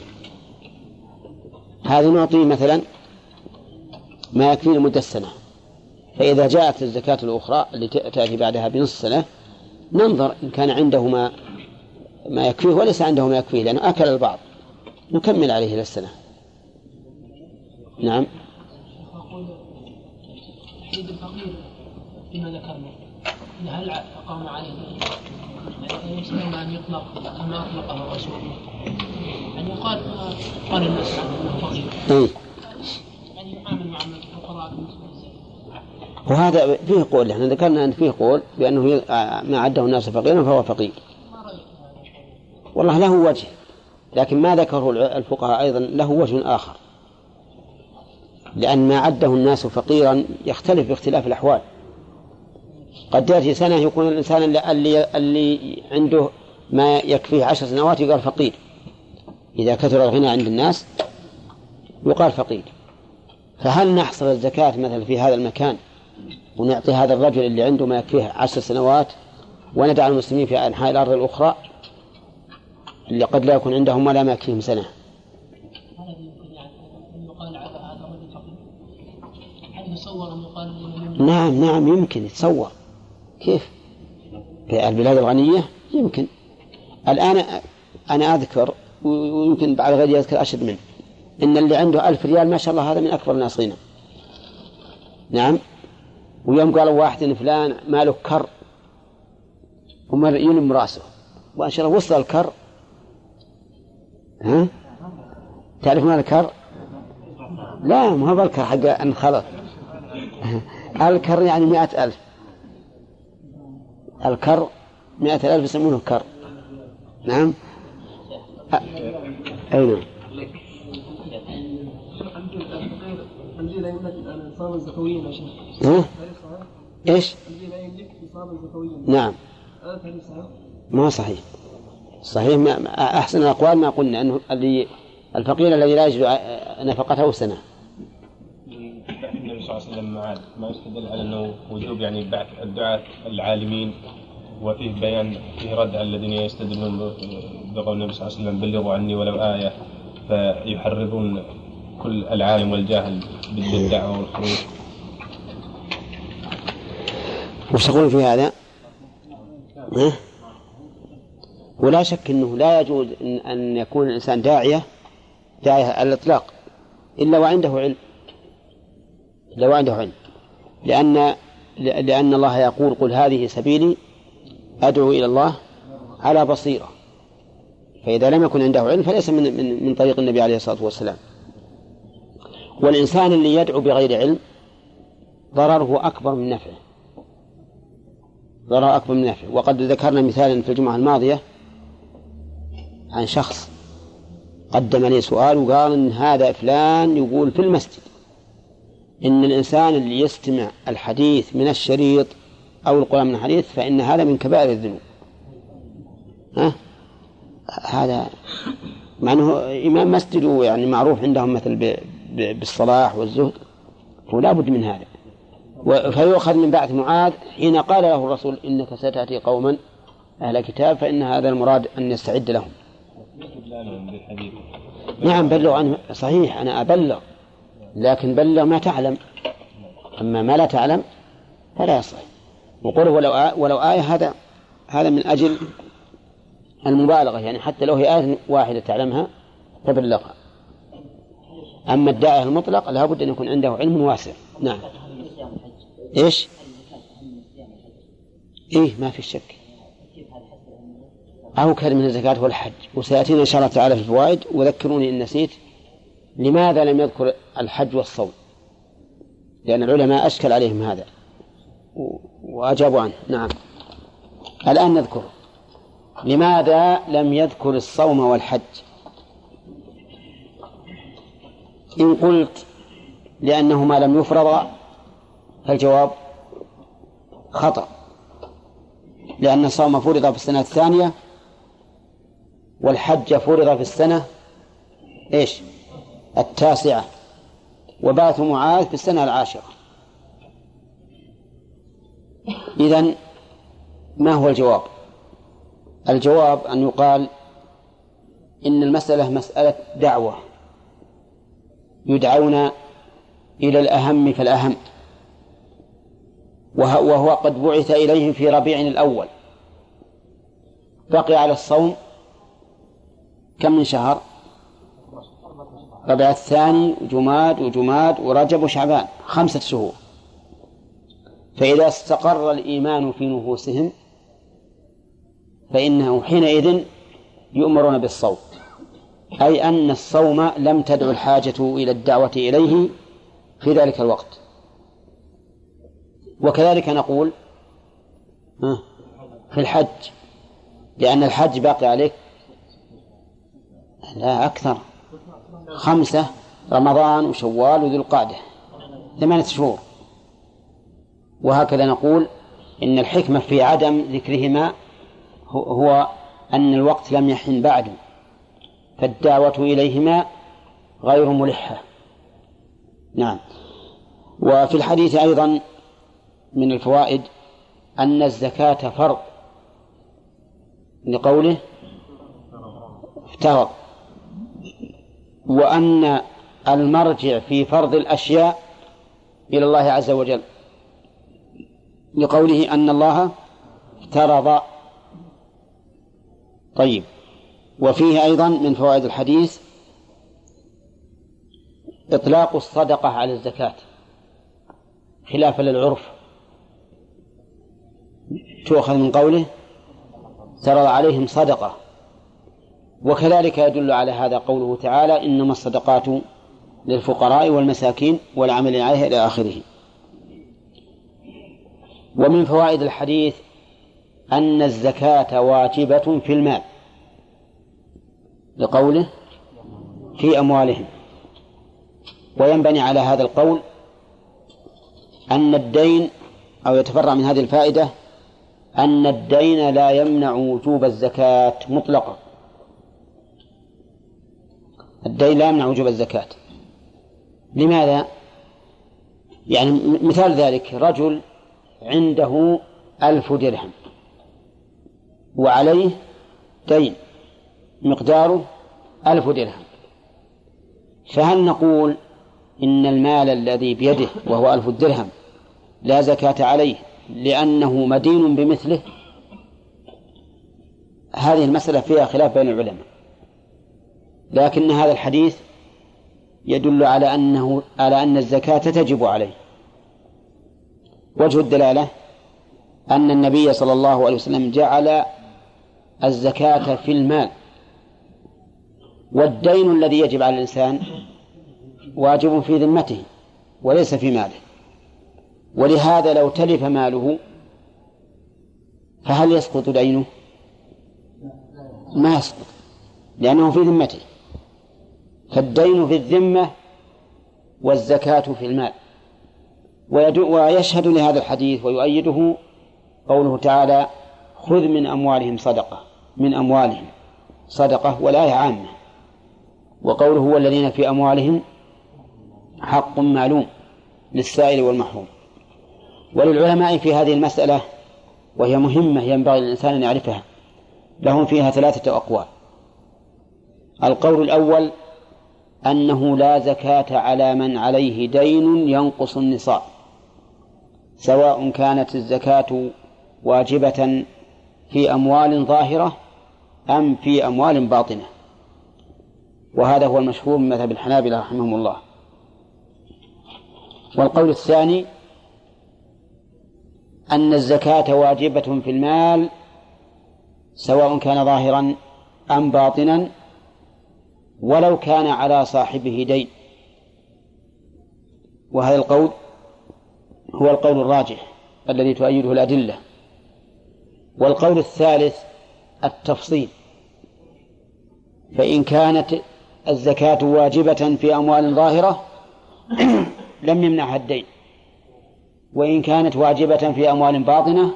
هذا نعطي مثلا ما يكفي لمدة السنة، فإذا جاءت الزكاة الأخرى اللي تأتي بعدها بنص سنة ننظر إن كان عنده ما يكفيه وليس عنده ما يكفيه لأنه أكل البعض نكمل عليه إلى السنة. نعم. تحديد الفقير فيما ذكرنا هل أقام عليه يعني يسلم أن يطلق كما أطلقه الرسول أن يقال قال الناس عنه فقير يعني يعامل معاملة الفقراء بالنسبة للزكاة. وهذا فيه قول، احنا ذكرنا أن فيه قول بأنه ما عده الناس فقيرا فهو فقير. والله له وجه، لكن ما ذكره الفقهاء أيضا له وجه آخر، لأن ما عده الناس فقيرا يختلف باختلاف الأحوال. قد يأتي سنة يكون الإنسان اللي عنده ما يكفيه 10 سنوات يقال فقير، إذا كثر الغنى عند الناس يقال فقير. فهل نحصل الزكاة مثلا في هذا المكان ونعطي هذا الرجل اللي عنده ما يكفيه 10 سنوات وندع المسلمين في أنحاء الأرض الأخرى اللي قد لا يكون عندهم ولا ما يكفيهم سنة؟ نعم يمكن يتصور. كيف في البلاد الغنية يمكن. الآن أنا أذكر ويمكن بعد غير يذكر أشد منه إن اللي عنده 1000 ريال ما شاء الله هذا من أكبر الناس غنى. نعم. ويوم قالوا واحد إن فلان ماله كر ومر يلم راسه وإن شاء الله وصل الكر. ها تعرف مال الكر؟ لا ما هو الكر حق انخلط. الكر يعني 100,000. الكر 100,000 يسمونه كر. نعم. أين الذي لا يملك النصاب الزكويين يا شيخ؟ إيش؟ الذي لا يملك نصاب الزكويين. نعم. ما صحيح. صحيح. ما أحسن الأقوال ما قلنا أنه الفقير الذي لا يجد نفقته سنة. النبي صلى الله عليه وسلم ما يستدل على أنه وجوب يعني بعث الدعاة العالمين، وفيه بيان فيه رد على الذين يستدلون بقول النبي صلى الله عليه وسلم بلغوا عني ولو آية، فيحرضون كل العالم والجاهل بالدعوة والخروج. وش تقول في هذا؟ ولا شك أنه لا يجوز أن يكون الإنسان داعية على الإطلاق إلا وعنده علم، لأن الله يقول قل هذه سبيلي أدعو إلى الله على بصيرة. فإذا لم يكن عنده علم فليس من طريق النبي عليه الصلاة والسلام. والإنسان اللي يدعو بغير علم ضرره أكبر من نفعه. وقد ذكرنا مثالا في الجمعة الماضية عن شخص قدم لي سؤال وقال إن هذا فلان يقول في المسجد إن الإنسان اللي يستمع الحديث من الشريط أو القرآن من الحديث فإن هذا من كبائر الذنوب. هذا مع أنه إمام مسجد يعني معروف عندهم مثل بالصلاح والزهد، ولا بد من هذا. فيؤخذ من بعث معاذ حين قال له الرسول إنك ستأتي قوما أهل كتاب فإن هذا المراد أن يستعد لهم. نعم بلغ عنه صحيح، أنا أبلغ، لكن بلغ ما تعلم، أما ما لا تعلم فلا يصح. وقوله ولو آية هذا من أجل المبالغة، يعني حتى لو هي آية واحدة تعلمها تبلغها. أما الداعي المطلق لا بد أن يكون عنده علم واسع. نعم. إيش؟ إيه ما في شك. أوكل من الزكاة والحج. وسيأتينا إن شاء الله تعالى في الفوائد. وذكروني إن نسيت لماذا لم يذكر الحج والصوم، لأن العلماء أشكل عليهم هذا وأجابوا عنه. نعم الآن نذكر لماذا لم يذكر الصوم والحج. إن قلت لأنهما لم يفرضا فالجواب خطأ، لأن الصوم فرض في السنة الثانية والحج فرض في السنة التاسعة، وبعث معاذ في السنة العاشرة. إذن ما هو الجواب؟ الجواب أن يقال إن المسألة مسألة دعوة، يدعون إلى الأهم فالأهم، وهو قد بعث إليهم في ربيع الأول، بقي على الصوم كم من شهر؟ ربيع الثاني وجماد ورجب وشعبان، 5 شهور. فإذا استقر الإيمان في نفوسهم فإنه حينئذ يؤمرون بالصوم، أي أن الصوم لم تدع الحاجة إلى الدعوة إليه في ذلك الوقت. وكذلك نقول في الحج، لأن الحج باقي عليك لا أكثر 5 رمضان وشوال وذو القعدة 8 شهور. وهكذا نقول إن الحكمة في عدم ذكرهما هو أن الوقت لم يحن بعد، فالدعوة إليهما غير ملحة. نعم. وفي الحديث أيضا من الفوائد أن الزكاة فرض، لقوله افترض، وأن المرجع في فرض الأشياء إلى الله عز وجل، لقوله أن الله افترض. طيب. وفيه أيضا من فوائد الحديث إطلاق الصدقة على الزكاة خلافا للعرف، تؤخذ من قوله افترض عليهم صدقة. وكذلك يدل على هذا قوله تعالى إنما الصدقات للفقراء والمساكين والعاملين عليها إلى آخره. ومن فوائد الحديث أن الزكاة واجبة في المال، لقوله في أموالهم. وينبني على هذا القول أن الدين، أو يتفرع من هذه الفائدة أن الدين لا يمنع وجوب الزكاة مطلقا. الدين لا يمنع وجوب الزكاة. لماذا؟ يعني مثال ذلك رجل عنده 1000 درهم وعليه دين مقداره 1000 درهم، فهل نقول إن المال الذي بيده وهو 1000 درهم لا زكاة عليه لأنه مدين بمثله؟ هذه المسألة فيها خلاف بين العلماء، لكن هذا الحديث يدل على أن الزكاة تجب عليه. وجه الدلالة أن النبي صلى الله عليه وسلم جعل الزكاة في المال، والدين الذي يجب على الإنسان واجب في ذمته وليس في ماله، ولهذا لو تلف ماله فهل يسقط دينه؟ ما يسقط، لأنه في ذمته. فالدين في الذمة والزكاة في المال. ويشهد لهذا الحديث ويؤيده قوله تعالى خذ من أموالهم صدقة، من أموالهم صدقة، والآية عامة. وقوله هو الذين في أموالهم حق معلوم للسائل والمحروم. وللعلماء في هذه المسألة، وهي مهمة ينبغي للإنسان أن يعرفها، لهم فيها 3 أقوال. القول الأول أنه لا زكاة على من عليه دين ينقص النصاب، سواء كانت الزكاة واجبة في أموال ظاهرة أم في أموال باطنة، وهذا هو المشهور من مذهب الحنابلة رحمهم الله. والقول الثاني أن الزكاة واجبة في المال سواء كان ظاهرا أم باطنا ولو كان على صاحبه دين. وهذا القول هو القول الراجح الذي تؤيده الأدلة. والقول الثالث التفصيل، فإن كانت الزكاة واجبة في أموال ظاهرة لم يمنعها الدين، وإن كانت واجبة في أموال باطنة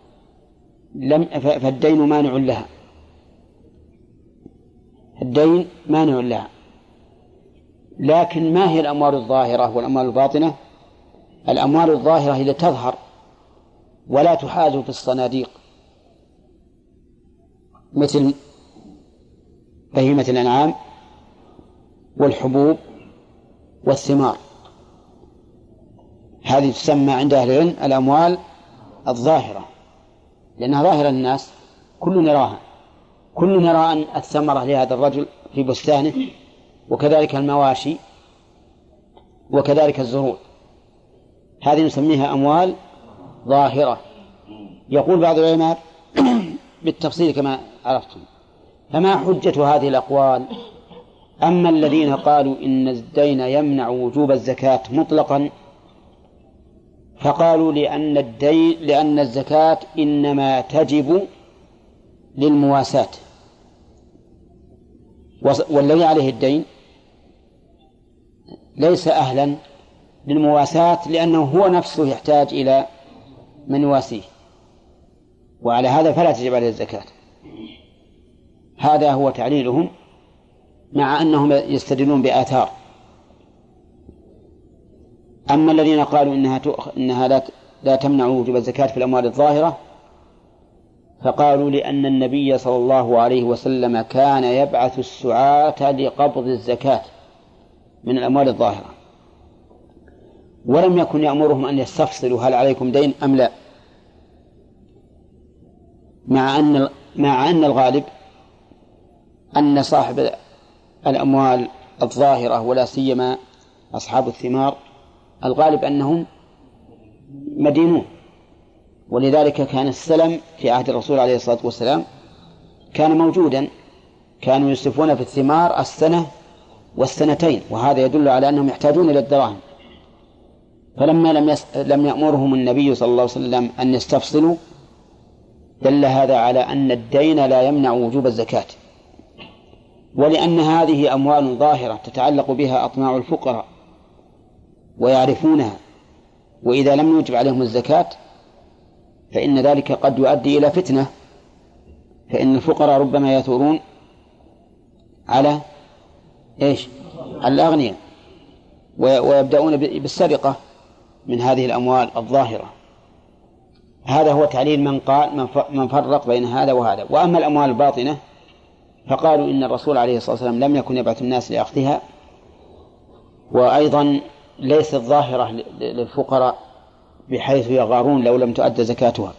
فالدين مانع لها، الدين مانع لها. لكن ما هي الأموال الظاهرة والأموال الباطنة؟ الأموال الظاهرة هي تظهر ولا تحاز في الصناديق، مثل بهيمة الأنعام والحبوب والثمار، هذه تسمى عند أهل العلم الأموال الظاهرة، لأنها ظاهرة للناس، كل نراها، كل نرى أن الثمرة لهذا الرجل في بستانه، وكذلك المواشي وكذلك الزروع، هذه نسميها أموال ظاهرة. يقول بعض العلماء بالتفصيل كما عرفتم. فما حجة هذه الأقوال؟ أما الذين قالوا إن الدين يمنع وجوب الزكاة مطلقا فقالوا لأن الزكاة إنما تجب للمواساة، والذي عليه الدين ليس أهلا للمواساة لأنه هو نفسه يحتاج إلى من يواسيه، وعلى هذا فلا تجب عليه الزكاة. هذا هو تعليلهم، مع أنهم يستدلون بآثار. أما الذين قالوا إنها لا تمنع وجوب الزكاة في الأموال الظاهرة فقالوا لأن النبي صلى الله عليه وسلم كان يبعث السعاة لقبض الزكاة من الأموال الظاهرة، ولم يكن يأمرهم أن يستفصلوا هل عليكم دين أم لا، مع أن الغالب أن صاحب الأموال الظاهرة ولا سيما أصحاب الثمار الغالب أنهم مدينون. ولذلك كان السلم في عهد الرسول عليه الصلاة والسلام كان موجودا، كانوا يسلفون في الثمار السنة والسنتين، وهذا يدل على أنهم يحتاجون إلى الدراهم. فلما لم يأمرهم النبي صلى الله عليه وسلم أن يستفصلوا دل هذا على أن الدين لا يمنع وجوب الزكاة، ولأن هذه أموال ظاهرة تتعلق بها أطماع الفقراء ويعرفونها، وإذا لم يوجب عليهم الزكاة فإن ذلك قد يؤدي إلى فتنة، فإن الفقراء ربما يثورون على الأغنياء ويبدأون بالسرقة من هذه الأموال الظاهرة. هذا هو تعليل من فرق بين هذا وهذا. وأما الأموال الباطنة فقالوا إن الرسول عليه الصلاة والسلام لم يكن يبعث الناس لأخذها، وأيضا ليست ظاهرة للفقراء بحيث يغارون لو لم تؤد زكاتها.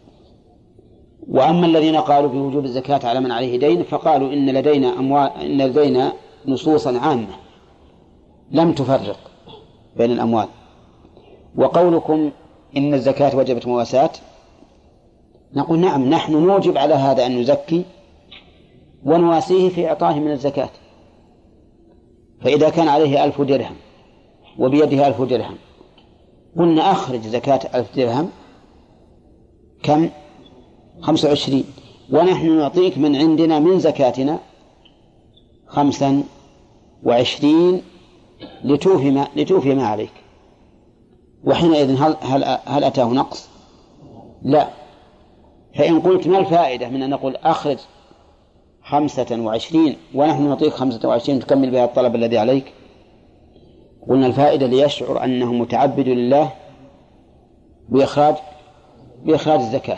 وأما الذين قالوا بوجوب الزكاة على من عليه دين فقالوا إن لدينا نصوصا عامة لم تفرق بين الأموال. وقولكم إن الزكاة وجبت مواساة، نقول نعم، نحن نوجب على هذا أن نزكي ونواسيه في إعطائه من الزكاة. فإذا كان عليه 1000 درهم وبيده 1000 درهم قلنا أخرج زكاة 1000 درهم كم؟ 25، ونحن نعطيك من عندنا من زكاتنا 25 لتوفي ما عليك. وحينئذ هل أتاه نقص؟ لا. فإن قلت ما الفائدة من أن نقول أخرج 25 ونحن نعطيك 25 تكمل بها الطلب الذي عليك؟ قلنا الفائدة ليشعر أنه متعبد لله بإخراج الزكاة،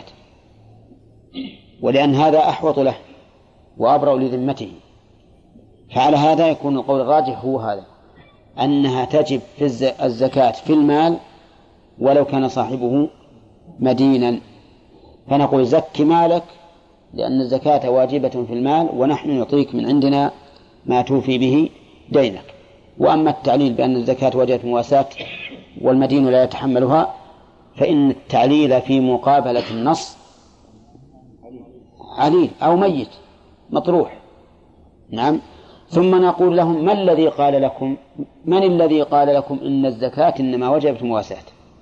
ولأن هذا أحوط له وأبرأ لذمته. فعلى هذا يكون القول الراجح هو هذا، أنها تجب في الزكاة في المال ولو كان صاحبه مدينا. فنقول زك مالك لأن الزكاة واجبة في المال ونحن نعطيك من عندنا ما توفي به دينك. وأما التعليل بأن الزكاة وجبت مواساة والمدين لا يتحملها فإن التعليل في مقابلة النص عليل أو ميت مطروح. نعم. ثم نقول لهم من الذي قال لكم إن الزكاة إنما وجبت مواساة؟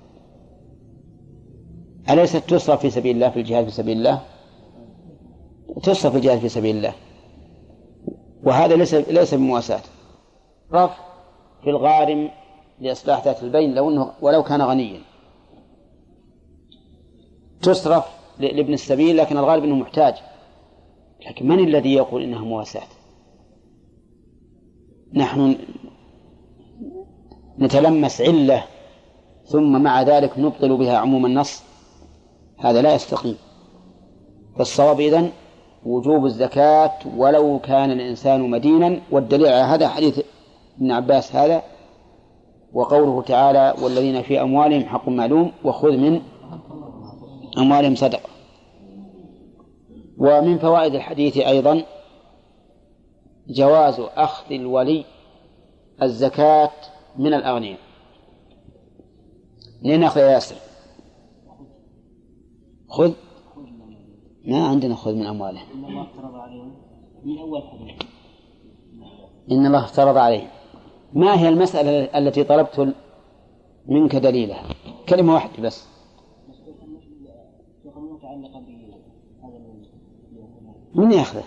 أليست تصرف في سبيل الله في الجهاد في سبيل الله؟ تصرف في الجهاد في سبيل الله، وهذا ليس بمواساة. رف في الغارم لإصلاح ذات البين ولو كان غنيا، تصرف لابن السبيل لكن الغالب أنه محتاج. لكن من الذي يقول إنها مواساة؟ نحن نتلمس علة ثم مع ذلك نبطل بها عموم النص، هذا لا يستقيم. فالصواب إذن وجوب الزكاة ولو كان الإنسان مدينا، والدليل على هذا حديث ابن عباس هذا، وقوله تعالى والذين في أموالهم حق معلوم وخذ من أموالهم صدقة. ومن فوائد الحديث أيضا جواز أخذ الولي الزكاة من الأغنياء. منين أخذ يا ياسر؟ خذ، ما عندنا خذ من أموالهم. إن الله افترض عليهم من أول حديث. إن الله افترض عليهم. ما هي المسألة التي طلبت منك دليلها؟ كلمة واحدة بس. من يأخذه؟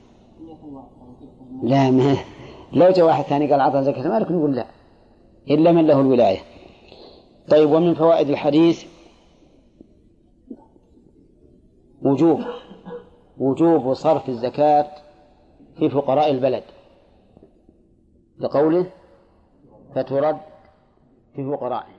لا، ما لو جاء واحد ثاني قال عطى زكاة مالك نقول لا، إلا من له الولاية. طيب، ومن فوائد الحديث وجوب صرف الزكاة في فقراء البلد، لقوله فترد في فقرائهم.